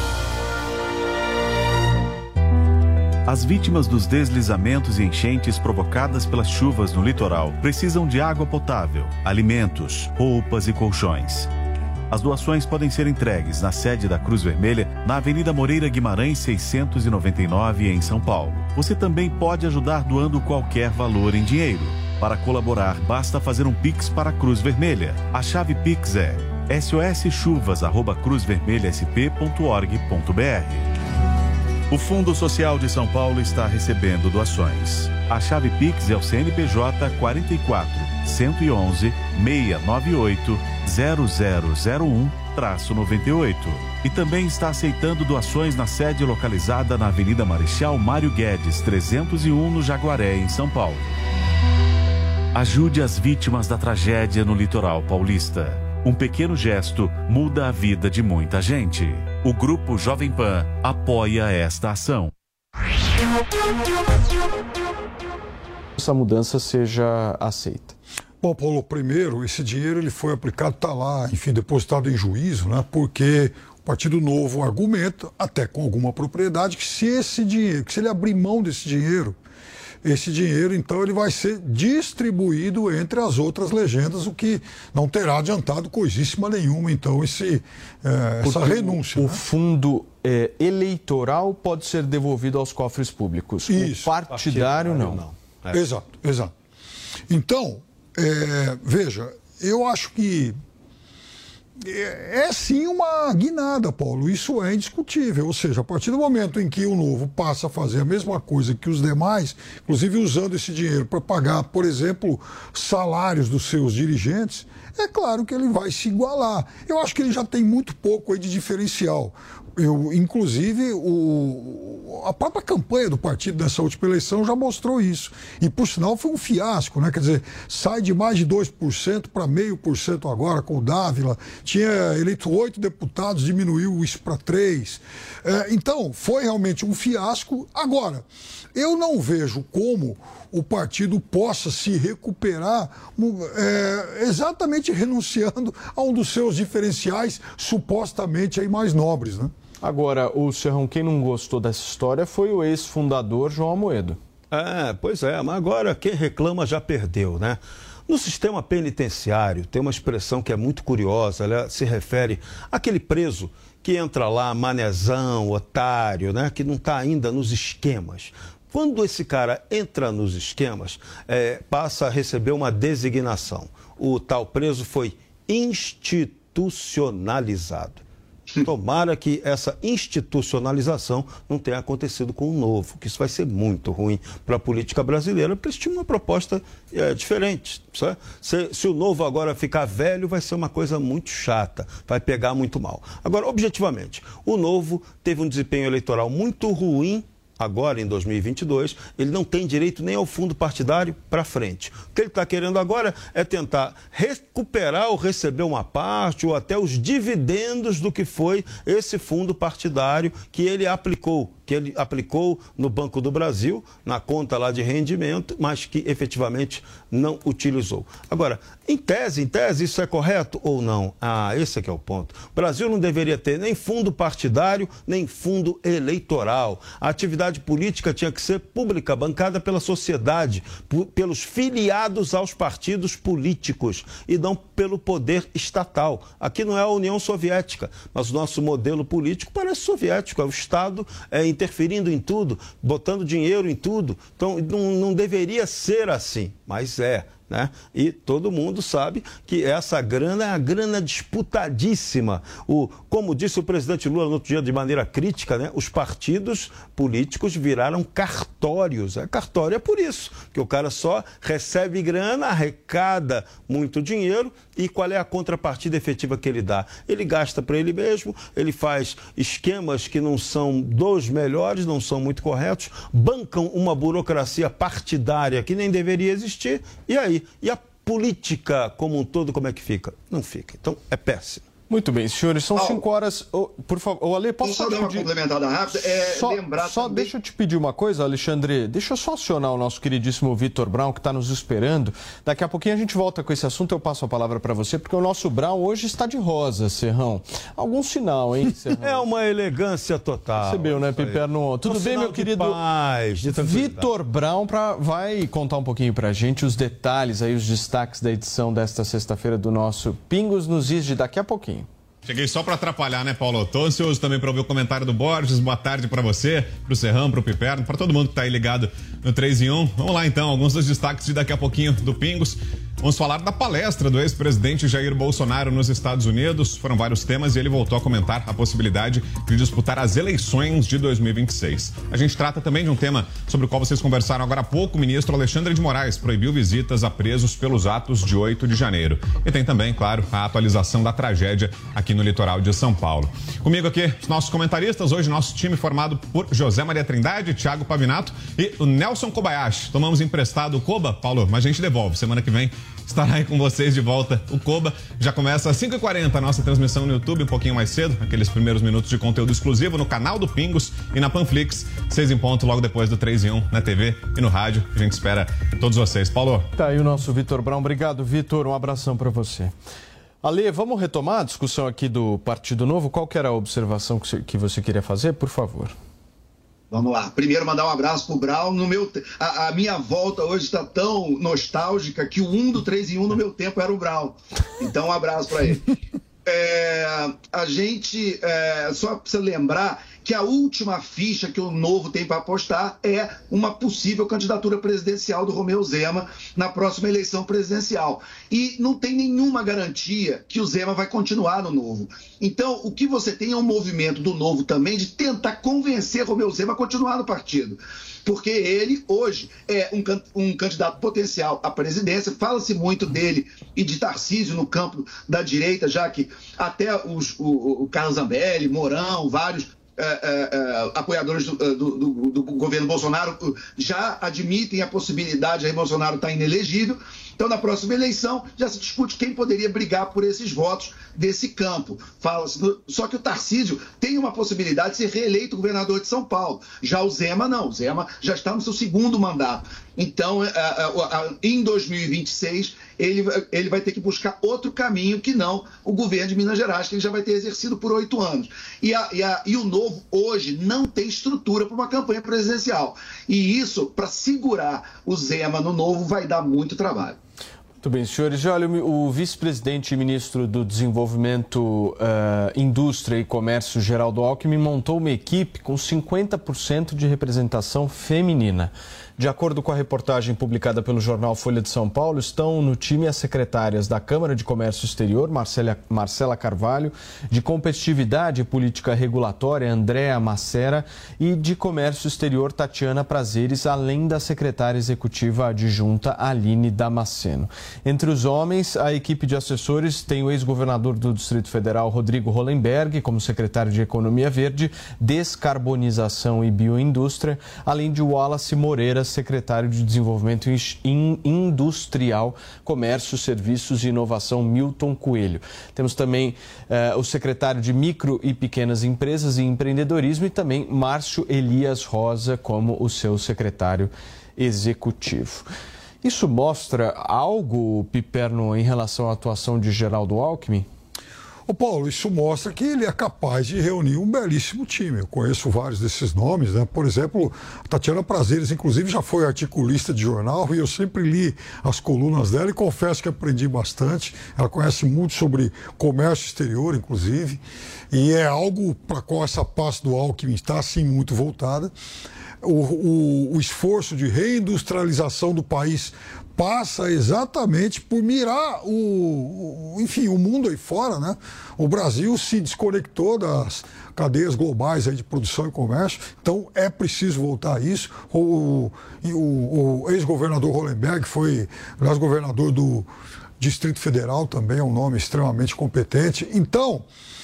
As vítimas dos deslizamentos e enchentes provocadas pelas chuvas no litoral precisam de água potável, alimentos, roupas e colchões. As doações podem ser entregues na sede da Cruz Vermelha, na Avenida Moreira Guimarães, seiscentos e noventa e nove, em São Paulo. Você também pode ajudar doando qualquer valor em dinheiro. Para colaborar, basta fazer um Pix para a Cruz Vermelha. A chave Pix é s o s chuvas arroba cruz vermelha s p ponto org ponto b r. O Fundo Social de São Paulo está recebendo doações. A chave Pix é o C N P J quatro quatro, um um um, seis nove oito, zero zero zero um, noventa e oito. E também está aceitando doações na sede localizada na Avenida Marechal Mário Guedes, trezentos e um, no Jaguaré, em São Paulo. Ajude as vítimas da tragédia no litoral paulista. Um pequeno gesto muda a vida de muita gente. O Grupo Jovem Pan apoia esta ação. Essa mudança seja aceita. Bom, Paulo, primeiro, esse dinheiro ele foi aplicado, está lá, enfim, depositado em juízo, né? Porque o Partido Novo argumenta, até com alguma propriedade, que se esse dinheiro, que se ele abrir mão desse dinheiro, esse dinheiro, então, ele vai ser distribuído entre as outras legendas, o que não terá adiantado coisíssima nenhuma, então, esse, é, essa renúncia. O né? fundo é, eleitoral pode ser devolvido aos cofres públicos. Isso. O partidário, partidário não. não. É. Exato, exato. Então, é, veja, eu acho que é, é sim uma guinada, Paulo, isso é indiscutível, ou seja, a partir do momento em que o Novo passa a fazer a mesma coisa que os demais, inclusive usando esse dinheiro para pagar, por exemplo, salários dos seus dirigentes, é claro que ele vai se igualar. Eu acho que ele já tem muito pouco aí de diferencial. Eu, inclusive, o, a própria campanha do partido nessa última eleição já mostrou isso. E, por sinal, foi um fiasco, né? Quer dizer, sai de mais de dois por cento para meio por cento agora com o Dávila. Tinha eleito oito deputados, diminuiu isso para três. É, então, foi realmente um fiasco. Agora, eu não vejo como o partido possa se recuperar é, exatamente renunciando a um dos seus diferenciais supostamente aí mais nobres, né? Agora, o Serrão, quem não gostou dessa história foi o ex-fundador João Amoedo. É, pois é, mas agora quem reclama já perdeu, né? No sistema penitenciário tem uma expressão que é muito curiosa, ela se refere àquele preso que entra lá, manezão, otário, né? Que não está ainda nos esquemas. Quando esse cara entra nos esquemas, é, passa a receber uma designação. O tal preso foi institucionalizado. Tomara que essa institucionalização não tenha acontecido com o Novo, que isso vai ser muito ruim para a política brasileira, porque eles tinham uma proposta é, diferente. Se, se o Novo agora ficar velho, vai ser uma coisa muito chata, vai pegar muito mal. Agora, objetivamente, o Novo teve um desempenho eleitoral muito ruim. Agora, em dois mil e vinte e dois, ele não tem direito nem ao fundo partidário para frente. O que ele está querendo agora é tentar recuperar ou receber uma parte ou até os dividendos do que foi esse fundo partidário que ele aplicou, que ele aplicou no Banco do Brasil, na conta lá de rendimento, mas que efetivamente não utilizou. Agora, em tese, em tese, isso é correto ou não? Ah, esse é que é o ponto. O Brasil não deveria ter nem fundo partidário, nem fundo eleitoral. A atividade política tinha que ser pública, bancada pela sociedade, pelos filiados aos partidos políticos e não pelo poder estatal. Aqui não é a União Soviética, mas o nosso modelo político parece soviético, é o Estado é, interferindo em tudo, botando dinheiro em tudo. Então, não, não deveria ser assim, mas é. Né? E todo mundo sabe que essa grana é uma grana disputadíssima. O, como disse o presidente Lula no outro dia de maneira crítica, né? Os partidos políticos viraram cartórios. É, cartório é por isso, que o cara só recebe grana, arrecada muito dinheiro e qual é a contrapartida efetiva que ele dá? Ele gasta para ele mesmo, ele faz esquemas que não são dos melhores, não são muito corretos, bancam uma burocracia partidária que nem deveria existir e aí E a política como um todo, como é que fica? Não fica. Então, é péssimo. Muito bem, senhores, são cinco horas. Oh, por favor, oh, Ale, posso só dar uma complementada rápida? É, só lembrar só também... deixa eu te pedir uma coisa, Alexandre. Deixa eu só acionar o nosso queridíssimo Vitor Brown, que está nos esperando. Daqui a pouquinho a gente volta com esse assunto. Eu passo a palavra para você, porque o nosso Brown hoje está de rosa, Serrão. Algum sinal, hein, Serrão? É uma elegância total. Percebeu, né, Piperno? Tudo um bem, meu querido? Paz, de Vitor Brown pra... vai contar um pouquinho para a gente os detalhes, aí, os destaques da edição desta sexta-feira do nosso Pingos nos Is de daqui a pouquinho. Cheguei só para atrapalhar, né, Paulo? Tô ansioso também para ouvir o comentário do Borges. Boa tarde para você, pro Serrão, pro Piperno, para todo mundo que tá aí ligado no três em um. Vamos lá, então, alguns dos destaques de daqui a pouquinho do Pingos. Vamos falar da palestra do ex-presidente Jair Bolsonaro nos Estados Unidos. Foram vários temas e ele voltou a comentar a possibilidade de disputar as eleições de dois mil e vinte e seis. A gente trata também de um tema sobre o qual vocês conversaram agora há pouco. O ministro Alexandre de Moraes proibiu visitas a presos pelos atos de oito de janeiro. E tem também, claro, a atualização da tragédia aqui no litoral de São Paulo. Comigo aqui, os nossos comentaristas. Hoje, nosso time formado por José Maria Trindade, Thiago Pavinato e o Nelson Kobayashi. Tomamos emprestado o Koba, Paulo, mas a gente devolve. Semana que vem estará aí com vocês de volta o Koba. Já começa às cinco e quarenta a nossa transmissão no YouTube, um pouquinho mais cedo, aqueles primeiros minutos de conteúdo exclusivo no canal do Pingos e na Panflix, seis em ponto, logo depois do três em um, na T V e no rádio. A gente espera todos vocês. Paulo. Tá aí o nosso Vitor Brown. Obrigado, Vitor. Um abração para você. Ale, vamos retomar a discussão aqui do Partido Novo. Qual que era a observação que você queria fazer, por favor? Vamos lá. Primeiro, mandar um abraço pro Brown. No meu, a, a minha volta hoje está tão nostálgica que o um do três em um no meu tempo era o Brown. Então, um abraço para ele. É, a gente é, só precisa lembrar que a última ficha que o Novo tem para apostar é uma possível candidatura presidencial do Romeu Zema na próxima eleição presidencial. E não tem nenhuma garantia que o Zema vai continuar no Novo. Então, o que você tem é um movimento do Novo também de tentar convencer Romeu Zema a continuar no partido. Porque ele, hoje, é um, um candidato potencial à presidência. Fala-se muito dele e de Tarcísio no campo da direita, já que até os, o, o Carlos Zambelli, Mourão, vários É, é, é, apoiadores do, do, do, do governo Bolsonaro já admitem a possibilidade de Bolsonaro estar inelegível. Então, na próxima eleição, já se discute quem poderia brigar por esses votos desse campo. Fala-se, só que o Tarcísio tem uma possibilidade de ser reeleito governador de São Paulo. Já o Zema, não. O Zema já está no seu segundo mandato. Então, em dois mil e vinte e seis, ele, ele vai ter que buscar outro caminho que não o governo de Minas Gerais, que ele já vai ter exercido por oito anos. E, a, e, a, e o Novo, hoje, não tem estrutura para uma campanha presidencial. E isso, para segurar o Zema no Novo, vai dar muito trabalho. Muito bem, senhores. Olha, o vice-presidente e ministro do Desenvolvimento, uh, Indústria e Comércio, Geraldo Alckmin, montou uma equipe com cinquenta por cento de representação feminina. De acordo com a reportagem publicada pelo jornal Folha de São Paulo, estão no time as secretárias da Câmara de Comércio Exterior, Marcela, Marcela Carvalho, de Competitividade e Política Regulatória, Andréa Macera, e de Comércio Exterior, Tatiana Prazeres, além da secretária executiva adjunta, Aline Damasceno. Entre os homens, a equipe de assessores tem o ex-governador do Distrito Federal, Rodrigo Hollenberg, como secretário de Economia Verde, Descarbonização e Bioindústria, além de Wallace Moreira, secretário de Desenvolvimento Industrial, Comércio, Serviços e Inovação, Milton Coelho. Temos também eh, o secretário de Micro e Pequenas Empresas e Empreendedorismo e também Márcio Elias Rosa como o seu secretário executivo. Isso mostra algo, Piperno, em relação à atuação de Geraldo Alckmin? Ô Paulo, isso mostra que ele é capaz de reunir um belíssimo time. Eu conheço vários desses nomes, né? Por exemplo, a Tatiana Prazeres, inclusive, já foi articulista de jornal e eu sempre li as colunas dela e confesso que aprendi bastante. Ela conhece muito sobre comércio exterior, inclusive, e é algo para qual essa pasta do Alckmin está, assim, muito voltada. O, o, o esforço de reindustrialização do país passa exatamente por mirar o, o, enfim, o mundo aí fora, né? O Brasil se desconectou das cadeias globais aí de produção e comércio, então é preciso voltar a isso. O, o, o ex-governador Hollenberg foi, aliás, governador do Distrito Federal também, é um nome extremamente competente. Então,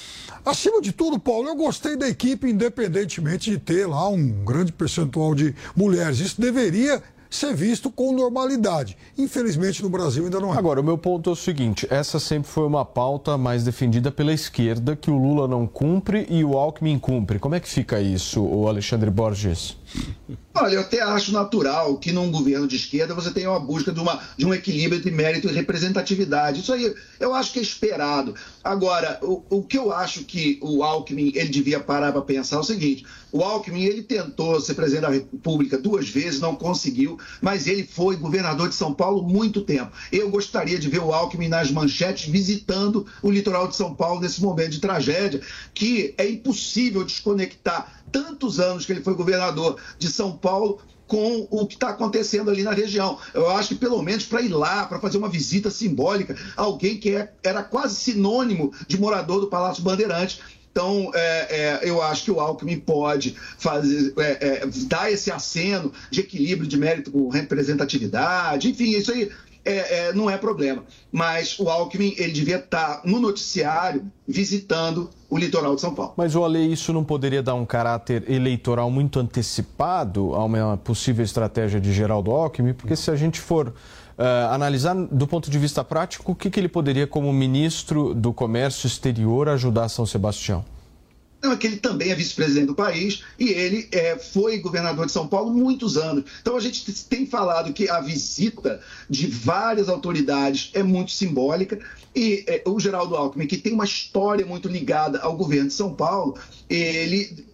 acima de tudo, Paulo, eu gostei da equipe, independentemente de ter lá um grande percentual de mulheres. Isso deveria ser visto com normalidade. Infelizmente, no Brasil ainda não é. Agora, o meu ponto é o seguinte, essa sempre foi uma pauta mais defendida pela esquerda, que o Lula não cumpre e o Alckmin cumpre. Como é que fica isso, o Alexandre Borges? Olha, eu até acho natural que num governo de esquerda você tenha uma busca de, uma, de um equilíbrio entre mérito e representatividade. Isso aí eu acho que é esperado. Agora, o, o que eu acho que o Alckmin ele devia parar para pensar é o seguinte, o Alckmin ele tentou ser presidente da República duas vezes, não conseguiu, mas ele foi governador de São Paulo muito tempo. Eu gostaria de ver o Alckmin nas manchetes visitando o litoral de São Paulo nesse momento de tragédia, que é impossível desconectar tantos anos que ele foi governador de São Paulo com o que está acontecendo ali na região. Eu acho que pelo menos para ir lá, para fazer uma visita simbólica, alguém que é, era quase sinônimo de morador do Palácio Bandeirantes. Então, é, é, eu acho que o Alckmin pode fazer, é, é, dar esse aceno de equilíbrio de mérito com representatividade, enfim, isso aí é, é, não é problema. Mas o Alckmin, ele devia estar no noticiário visitando o litoral de São Paulo. Mas, o Ale, isso não poderia dar um caráter eleitoral muito antecipado a uma possível estratégia de Geraldo Alckmin? Porque se a gente for uh, analisar do ponto de vista prático, o que, que ele poderia, como ministro do Comércio Exterior, ajudar São Sebastião? Não, é que ele também é vice-presidente do país e ele é, foi governador de São Paulo muitos anos. Então a gente tem falado que a visita de várias autoridades é muito simbólica e é, o Geraldo Alckmin, que tem uma história muito ligada ao governo de São Paulo, ele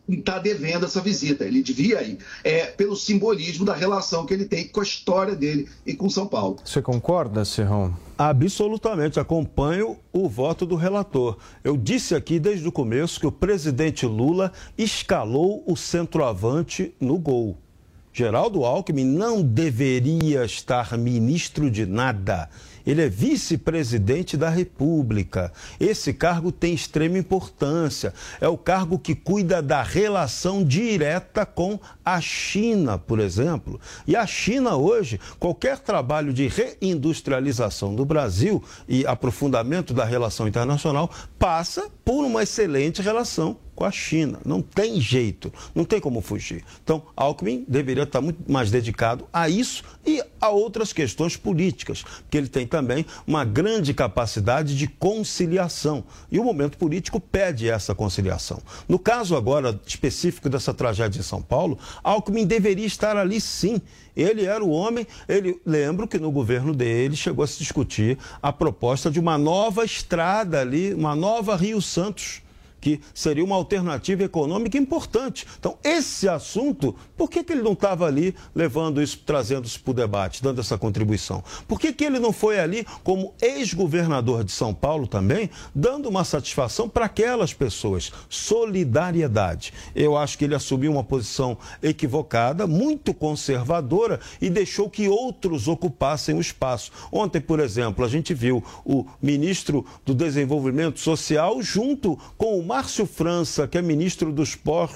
está devendo essa visita. Ele devia ir, é, pelo simbolismo da relação que ele tem com a história dele e com São Paulo. Você concorda, Serrão? Absolutamente, acompanho o voto do relator. Eu disse aqui desde o começo que o presidente Lula escalou o centroavante no gol. Geraldo Alckmin não deveria estar ministro de nada. Ele é vice-presidente da República. Esse cargo tem extrema importância. É o cargo que cuida da relação direta com a China, por exemplo. E a China hoje, qualquer trabalho de reindustrialização do Brasil e aprofundamento da relação internacional passa por uma excelente relação com a China. Não tem jeito, não tem como fugir. Então, Alckmin deveria estar muito mais dedicado a isso e a outras questões políticas, porque ele tem também uma grande capacidade de conciliação. E o momento político pede essa conciliação. No caso agora específico dessa tragédia em São Paulo, Alckmin deveria estar ali sim. Ele era o homem, ele lembro que no governo dele chegou a se discutir a proposta de uma nova estrada ali, uma nova Rio Santos, que seria uma alternativa econômica importante. Então, esse assunto, por que que ele não estava ali levando isso, trazendo isso para o debate, dando essa contribuição? Por que que ele não foi ali, como ex-governador de São Paulo também, dando uma satisfação para aquelas pessoas? Solidariedade. Eu acho que ele assumiu uma posição equivocada, muito conservadora, e deixou que outros ocupassem o espaço. Ontem, por exemplo, a gente viu o ministro do Desenvolvimento Social junto com o Márcio França, que é ministro dos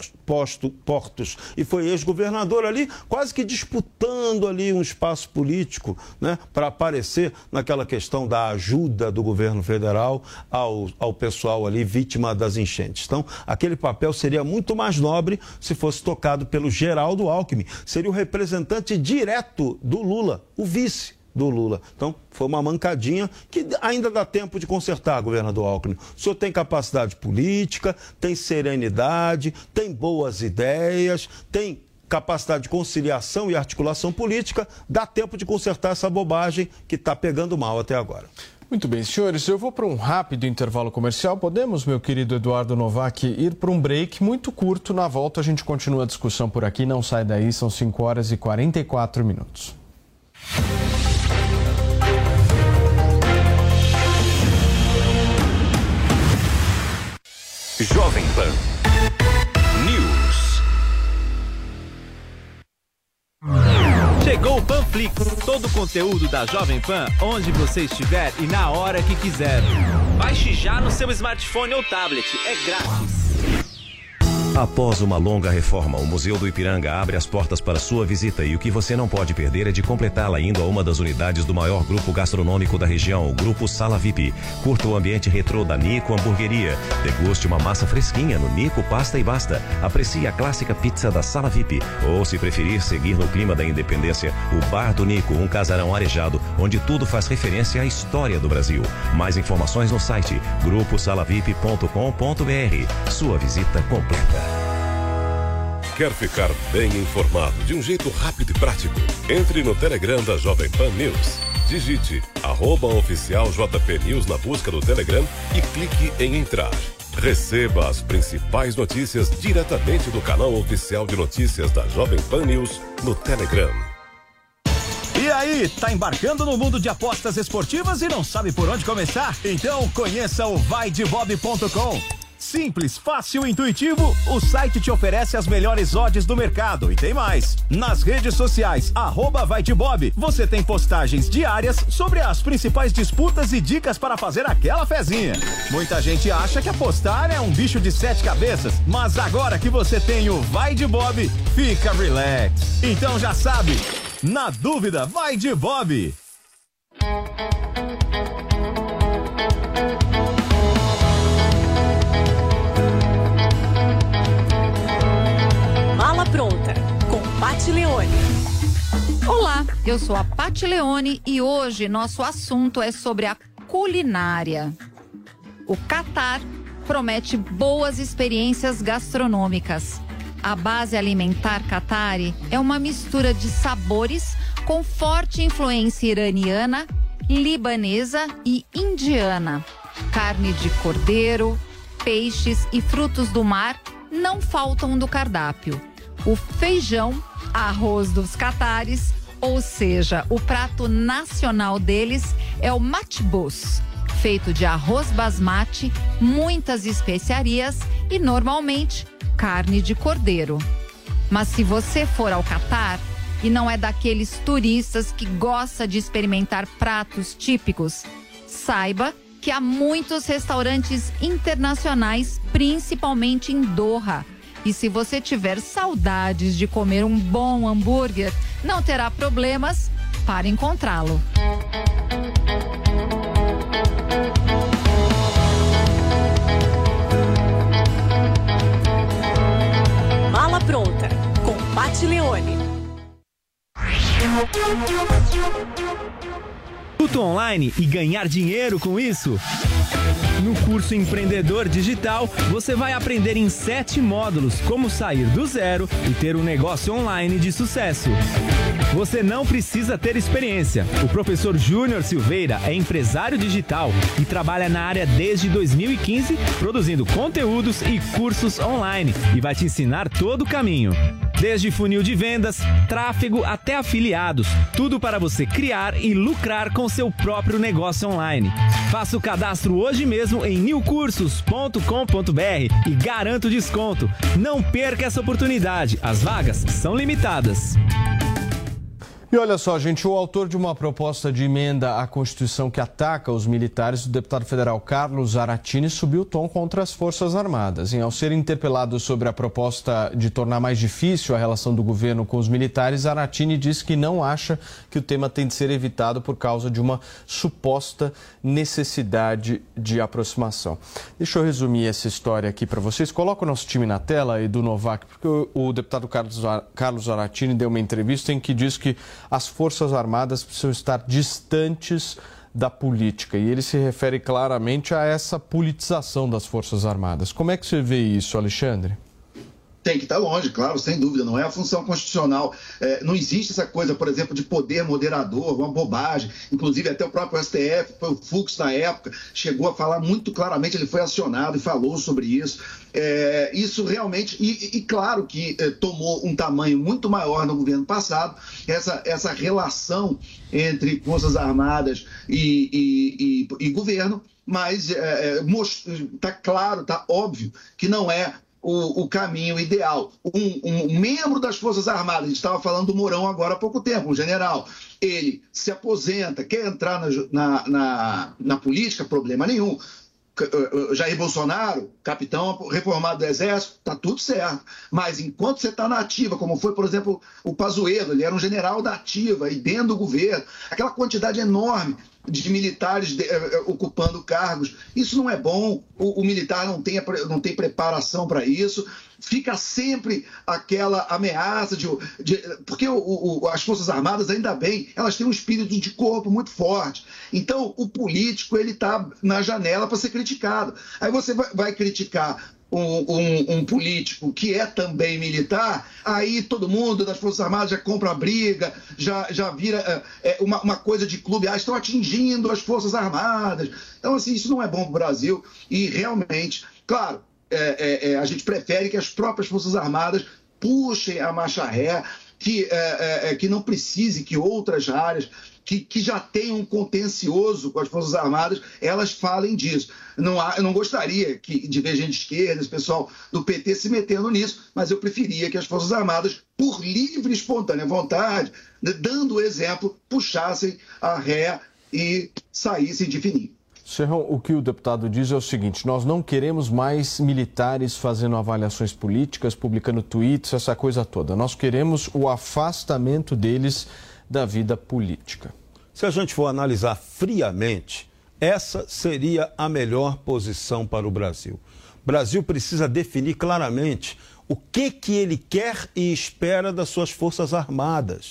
Portos e foi ex-governador ali, quase que disputando ali um espaço político, né, para aparecer naquela questão da ajuda do governo federal ao, ao pessoal ali vítima das enchentes. Então, aquele papel seria muito mais nobre se fosse tocado pelo Geraldo Alckmin. Seria o representante direto do Lula, o vice do Lula. Então, foi uma mancadinha que ainda dá tempo de consertar, governador Alckmin. O senhor tem capacidade política, tem serenidade, tem boas ideias, tem capacidade de conciliação e articulação política, dá tempo de consertar essa bobagem que está pegando mal até agora. Muito bem, senhores, eu vou para um rápido intervalo comercial. Podemos, meu querido Eduardo Novak, ir para um break muito curto. Na volta a gente continua a discussão por aqui. Não sai daí, são cinco horas e quarenta e quatro minutos. Jovem Pan News. Chegou o Panflix, todo o conteúdo da Jovem Pan, onde você estiver e na hora que quiser. Baixe já no seu smartphone ou tablet, é grátis. Após uma longa reforma, o Museu do Ipiranga abre as portas para sua visita e o que você não pode perder é de completá-la indo a uma das unidades do maior grupo gastronômico da região, o Grupo Sala V I P. Curta o ambiente retrô da Nico Hamburgueria. Deguste uma massa fresquinha no Nico Pasta e Basta. Aprecie a clássica pizza da Sala V I P. Ou, se preferir seguir no clima da independência, o Bar do Nico, um casarão arejado, onde tudo faz referência à história do Brasil. Mais informações no site grupo sala vip ponto com ponto br. Sua visita completa. Quer ficar bem informado de um jeito rápido e prático? Entre no Telegram da Jovem Pan News. Digite arroba oficial J P News na busca do Telegram e clique em entrar. Receba as principais notícias diretamente do canal oficial de notícias da Jovem Pan News no Telegram. E aí, tá embarcando no mundo de apostas esportivas e não sabe por onde começar? Então conheça o vai de bob ponto com. Simples, fácil e intuitivo, o site te oferece as melhores odds do mercado e tem mais. Nas redes sociais, arroba vai de bob, você tem postagens diárias sobre as principais disputas e dicas para fazer aquela fezinha. Muita gente acha que apostar é um bicho de sete cabeças, mas agora que você tem o Vai de Bob, fica relax. Então já sabe, na dúvida, vai de Bob. Mala Pronta, com Paty Leone. Olá, eu sou a Paty Leone e hoje nosso assunto é sobre a culinária. O Catar promete boas experiências gastronômicas. A base alimentar Qatari é uma mistura de sabores com forte influência iraniana, libanesa e indiana. Carne de cordeiro, peixes e frutos do mar não faltam do cardápio. O feijão, arroz dos catares, ou seja, o prato nacional deles é o matbus, feito de arroz basmati, muitas especiarias e, normalmente, carne de cordeiro. Mas se você for ao Catar e não é daqueles turistas que gosta de experimentar pratos típicos, saiba que há muitos restaurantes internacionais, principalmente em Doha. E se você tiver saudades de comer um bom hambúrguer, não terá problemas para encontrá-lo. Mala Pronta, com Paty Leone. Tudo online e ganhar dinheiro com isso? No curso Empreendedor Digital, você vai aprender em sete módulos como sair do zero e ter um negócio online de sucesso. Você não precisa ter experiência. O professor Júnior Silveira é empresário digital e trabalha na área desde dois mil e quinze, produzindo conteúdos e cursos online, e vai te ensinar todo o caminho. Desde funil de vendas, tráfego até afiliados, tudo para você criar e lucrar com seu próprio negócio online. Faça o cadastro hoje mesmo em new cursos ponto com ponto b r e garanta o desconto. Não perca essa oportunidade, as vagas são limitadas. E olha só, gente, o autor de uma proposta de emenda à Constituição que ataca os militares, o deputado federal Carlos Zaratini, subiu o tom contra as Forças Armadas. Ao ser interpelado sobre a proposta de tornar mais difícil a relação do governo com os militares, Zaratini disse que não acha que o tema tem de ser evitado por causa de uma suposta necessidade de aproximação. Deixa eu resumir essa história aqui para vocês. Coloca o nosso time na tela, Edu Novak, porque o, o deputado Carlos Zaratini deu uma entrevista em que diz que as Forças Armadas precisam estar distantes da política. E ele se refere claramente a essa politização das Forças Armadas. Como é que você vê isso, Alexandre? Tem que estar longe, claro, sem dúvida, não é a função constitucional. É, não existe essa coisa, por exemplo, de poder moderador, uma bobagem. Inclusive, até o próprio S T F, foi o Fux na época, chegou a falar muito claramente, ele foi acionado e falou sobre isso. É, isso realmente, e, e claro que é, tomou um tamanho muito maior no governo passado, essa, essa relação entre Forças Armadas e, e, e, e governo, mas está é, claro, está óbvio que não é O, o caminho ideal. Um, um membro das Forças Armadas, a gente estava falando do Mourão agora há pouco tempo, um general, ele se aposenta, quer entrar na, na, na, na política, problema nenhum. Jair Bolsonaro, capitão reformado do Exército, está tudo certo. Mas enquanto você está na ativa, como foi, por exemplo, o Pazuello, ele era um general da ativa e dentro do governo, aquela quantidade enorme de militares de, uh, ocupando cargos, isso não é bom, o, o militar não tem, não tem preparação para isso, fica sempre aquela ameaça de... de porque o, o, as Forças Armadas, ainda bem, elas têm um espírito de corpo muito forte, então o político ele está na janela para ser criticado. Aí você vai, vai criticar Um, um, um político que é também militar, aí todo mundo das Forças Armadas já compra a briga, já, já vira é, uma, uma coisa de clube, ah, estão atingindo as Forças Armadas. Então, assim, isso não é bom para o Brasil e realmente, claro, é, é, a gente prefere que as próprias Forças Armadas puxem a marcha ré, que, é, é, que não precise que outras áreas Que, que já tem um contencioso com as Forças Armadas, elas falem disso. Não há, eu não gostaria que, de ver gente de esquerda, esse pessoal do P T se metendo nisso, mas eu preferia que as Forças Armadas, por livre e espontânea vontade, dando o exemplo, puxassem a ré e saíssem de fininho. Serrão, o que o deputado diz é o seguinte: nós não queremos mais militares fazendo avaliações políticas, publicando tweets, essa coisa toda. Nós queremos o afastamento deles da vida política. Se a gente for analisar friamente, essa seria a melhor posição para o Brasil. O Brasil precisa definir claramente o que, que ele quer e espera das suas Forças Armadas.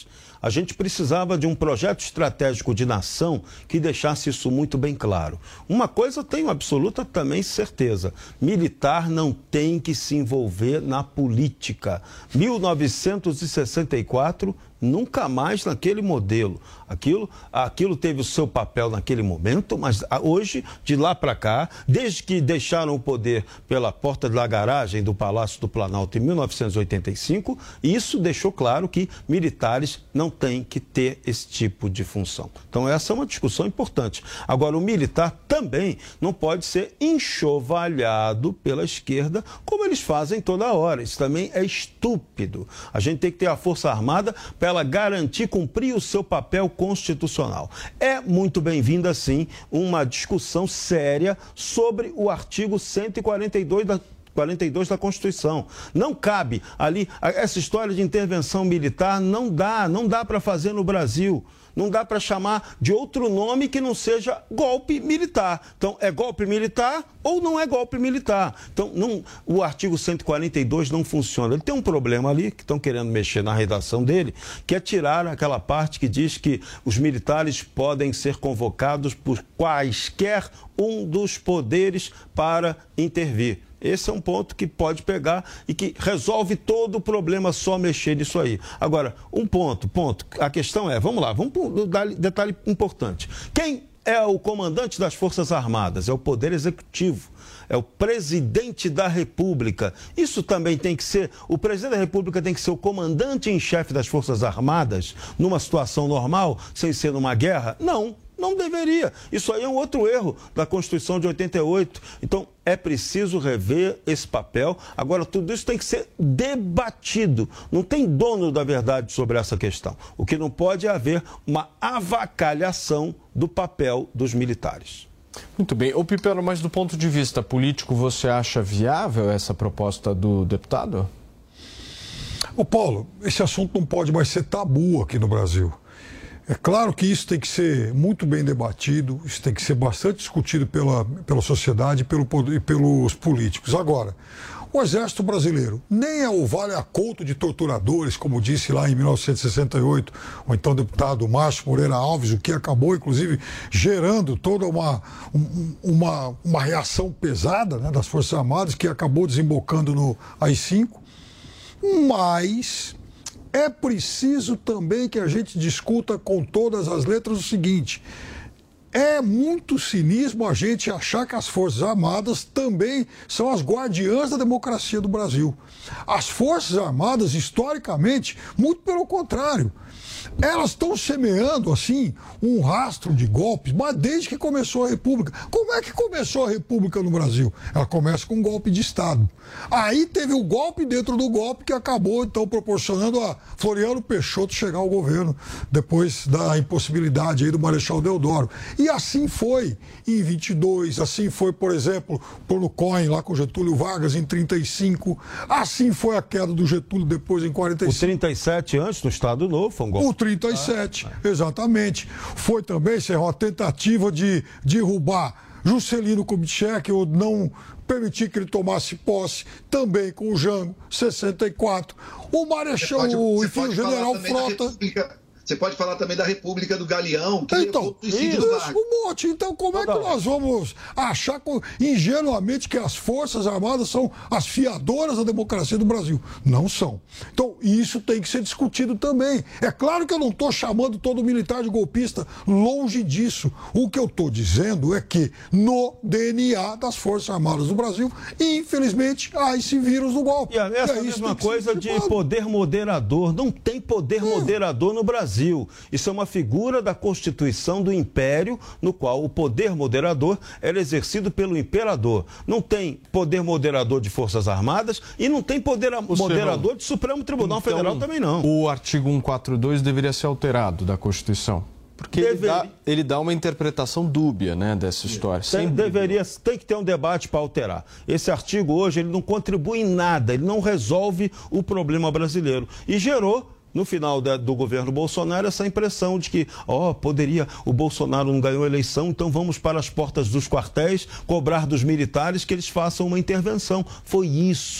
A gente precisava de um projeto estratégico de nação que deixasse isso muito bem claro. Uma coisa eu tenho absoluta também certeza: militar não tem que se envolver na política. mil novecentos e sessenta e quatro, nunca mais naquele modelo. Aquilo, aquilo teve o seu papel naquele momento, mas hoje, de lá para cá, desde que deixaram o poder pela porta da garagem do Palácio do Planalto em mil novecentos e oitenta e cinco, isso deixou claro que militares não têm que ter esse tipo de função. Então essa é uma discussão importante. Agora, o militar também não pode ser enxovalhado pela esquerda, como eles fazem toda hora. Isso também é estúpido. A gente tem que ter a Força Armada para ela garantir, cumprir o seu papel constitucional. É muito bem-vinda, sim, uma discussão séria sobre o artigo cento e quarenta e dois da quarenta e dois da Constituição. Não cabe ali, essa história de intervenção militar não dá, não dá para fazer no Brasil. Não dá para chamar de outro nome que não seja golpe militar. Então, é golpe militar ou não é golpe militar? Então, não, o artigo cento e quarenta e dois não funciona. Ele tem um problema ali, que estão querendo mexer na redação dele, que é tirar aquela parte que diz que os militares podem ser convocados por quaisquer um dos poderes para intervir. Esse é um ponto que pode pegar e que resolve todo o problema só mexer nisso aí. Agora, um ponto, ponto. A questão é, vamos lá, vamos dar detalhe importante. Quem é o comandante das Forças Armadas? É o Poder Executivo. É o presidente da República. Isso também tem que ser, o presidente da República tem que ser o comandante em chefe das Forças Armadas numa situação normal, sem ser numa guerra? Não. Não deveria. Isso aí é um outro erro da Constituição de oitenta e oito. Então, é preciso rever esse papel. Agora, tudo isso tem que ser debatido. Não tem dono da verdade sobre essa questão. O que não pode é haver uma avacalhação do papel dos militares. Muito bem. Ô, Pipero, mas do ponto de vista político, você acha viável essa proposta do deputado? Ô, Paulo, esse assunto não pode mais ser tabu aqui no Brasil. É claro que isso tem que ser muito bem debatido, isso tem que ser bastante discutido pela, pela sociedade e pelo, pelos políticos. Agora, o Exército Brasileiro nem é o vale-a-couto de torturadores, como disse lá em mil novecentos e sessenta e oito, o então deputado Márcio Moreira Alves, o que acabou, inclusive, gerando toda uma, uma, uma reação pesada, né, das Forças Armadas, que acabou desembocando no A I cinco, mas é preciso também que a gente discuta com todas as letras o seguinte: é muito cinismo a gente achar que as Forças Armadas também são as guardiãs da democracia do Brasil. As Forças Armadas, historicamente, muito pelo contrário, elas estão semeando, assim, um rastro de golpes, mas desde que começou a República. Como é que começou a República no Brasil? Ela começa com um golpe de Estado. Aí teve o golpe dentro do golpe que acabou, então, proporcionando a Floriano Peixoto chegar ao governo depois da impossibilidade aí do Marechal Deodoro. E assim foi em vinte e dois, assim foi, por exemplo, no Cohen, lá com Getúlio Vargas, em trinta e cinco, assim foi a queda do Getúlio depois em quarenta e cinco. O trinta e sete antes do Estado Novo foi um golpe. O trinta e sete, ah, exatamente. Foi também, Serra, uma tentativa de derrubar Juscelino Kubitschek, ou não permitir que ele tomasse posse, também com o Jango, sessenta e quatro. O Marechal, pode, enfim, o General Frota... Você pode falar também da República do Galeão, que então, levou o suicídio do Vargas. Um monte. Então, como é que nós vamos achar ingenuamente que as Forças Armadas são as fiadoras da democracia do Brasil? Não são. Então, isso tem que ser discutido também. É claro que eu não estou chamando todo militar de golpista, longe disso. O que eu estou dizendo é que no D N A das Forças Armadas do Brasil, infelizmente, há esse vírus do golpe. E essa e é a mesma coisa de poder moderador. Não tem poder é. moderador no Brasil. Isso é uma figura da Constituição do Império, no qual o poder moderador era exercido pelo imperador. Não tem poder moderador de Forças Armadas e não tem poder moderador de Supremo Tribunal então, Federal também não. O artigo cento e quarenta e dois deveria ser alterado da Constituição? Porque ele dá, ele dá uma interpretação dúbia, né, dessa história. Tem, deveria, tem que ter um debate para alterar. Esse artigo hoje ele não contribui em nada, ele não resolve o problema brasileiro. E gerou, no final da, do governo Bolsonaro, essa impressão de que, ó, oh, poderia, o Bolsonaro não ganhou a eleição, então vamos para as portas dos quartéis cobrar dos militares que eles façam uma intervenção. Foi isso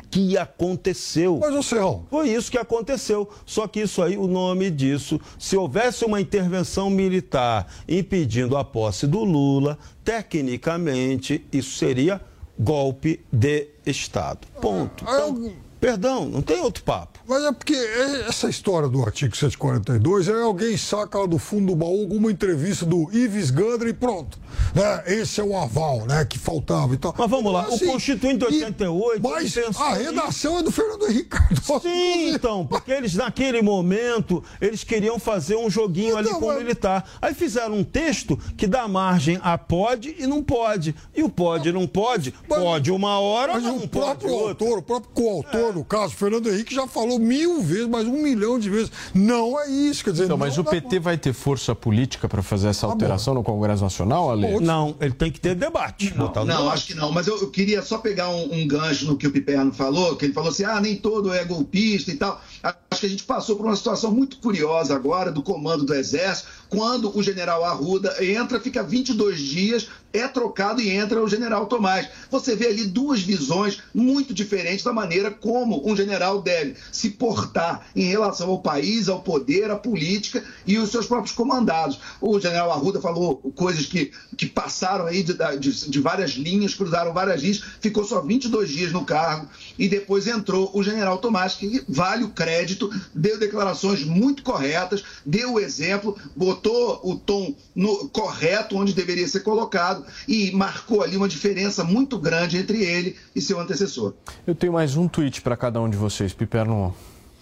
que aconteceu. Mas o Serrão... Foi isso que aconteceu. Só que isso aí, o nome disso, se houvesse uma intervenção militar impedindo a posse do Lula, tecnicamente, isso seria golpe de Estado. Ponto. Então, perdão, não tem outro papo. Mas é porque essa história do artigo cento e quarenta e dois, é alguém saca lá do fundo do baú alguma entrevista do Ives Gandra e pronto. Né? Esse é o aval, né, que faltava e tal. Mas vamos lá, assim, o Constituinte de oitenta e oito... E, mas a redação é do Fernando Henrique Cardoso. Sim, então, porque eles naquele momento, eles queriam fazer um joguinho então, ali com o mas... militar. Aí fizeram um texto que dá margem a pode e não pode. E o pode e não pode, mas, pode uma hora, mas não o pode próprio outra. autor, o próprio coautor, é. no caso, Fernando Henrique, já falou mil vezes, mais um milhão de vezes. Não é isso, quer dizer... Então, mas o P T bom. vai ter força política para fazer essa alteração tá no Congresso Nacional, Ale? Não, ele tem que ter debate. Não, não debate. Acho que não. Mas eu, eu queria só pegar um, um gancho no que o Piperno falou, que ele falou assim, ah, nem todo é golpista e tal. Acho que a gente passou por uma situação muito curiosa agora do comando do Exército, quando o general Arruda entra, fica vinte e dois dias, é trocado e entra o general Tomás. Você vê ali duas visões muito diferentes da maneira como um general deve se portar em relação ao país, ao poder, à política e os seus próprios comandados. O general Arruda falou coisas que, que passaram aí de, de, de várias linhas, cruzaram várias linhas, ficou só vinte e dois dias no cargo e depois entrou o general Tomás, que vale o crédito, deu declarações muito corretas, deu o exemplo, botou o tom no, correto onde deveria ser colocado e marcou ali uma diferença muito grande entre ele e seu antecessor. Eu tenho mais um tweet para cada um de vocês, Piperno.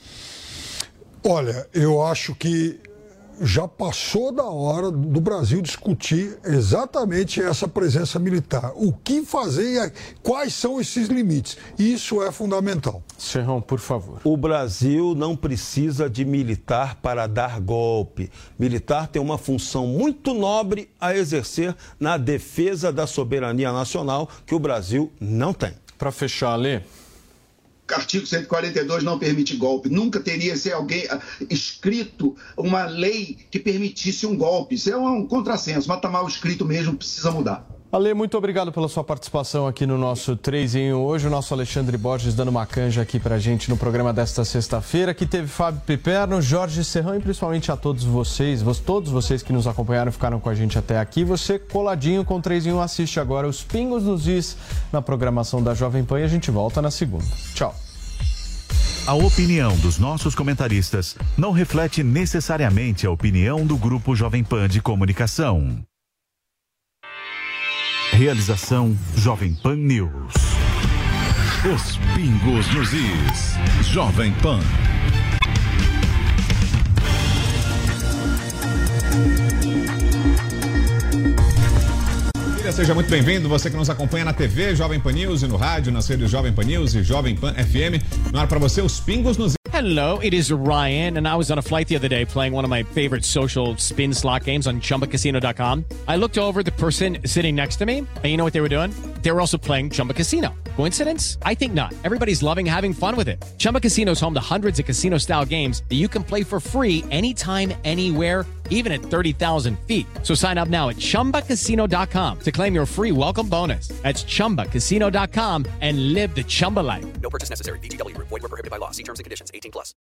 Olha, eu acho que já passou da hora do Brasil discutir exatamente essa presença militar. O que fazer, quais são esses limites? Isso é fundamental. Serrão, por favor. O Brasil não precisa de militar para dar golpe. Militar tem uma função muito nobre a exercer na defesa da soberania nacional que o Brasil não tem. Para fechar, Lê. Artigo cento e quarenta e dois não permite golpe. Nunca teria se alguém escrito uma lei que permitisse um golpe. Isso é um contrassenso, mas está mal escrito mesmo, precisa mudar. Ale, muito obrigado pela sua participação aqui no nosso três em um hoje. O nosso Alexandre Borges dando uma canja aqui pra gente no programa desta sexta-feira, que teve Fábio Piperno, Jorge Serrão e principalmente a todos vocês, todos vocês que nos acompanharam e ficaram com a gente até aqui. Você coladinho com três em um, assiste agora os Pingos nos Is na programação da Jovem Pan e a gente volta na segunda. Tchau. A opinião dos nossos comentaristas não reflete necessariamente a opinião do Grupo Jovem Pan de Comunicação. Realização Jovem Pan News. Os Pingos nos Is. Jovem Pan. Seja muito bem-vindo, você que nos acompanha na T V Jovem Pan News e no rádio, nas redes Jovem Pan News e Jovem Pan F M. No ar para você, os Pingos nos... Hello, it is Ryan, and I was on a flight the other day playing one of my favorite social spin slot games on Chumba Casino dot com. I looked over at the person sitting next to me, and you know what they were doing? They were also playing Chumba Casino. Coincidence? I think not. Everybody's loving having fun with it. Chumba Casino is home to hundreds of casino-style games that you can play for free anytime, anywhere, even at thirty thousand feet. So sign up now at Chumba Casino dot com to claim your free welcome bonus. That's Chumba Casino dot com and live the Chumba life. No purchase necessary. V G W. Void where prohibited by law. See terms and conditions. eighteen plus.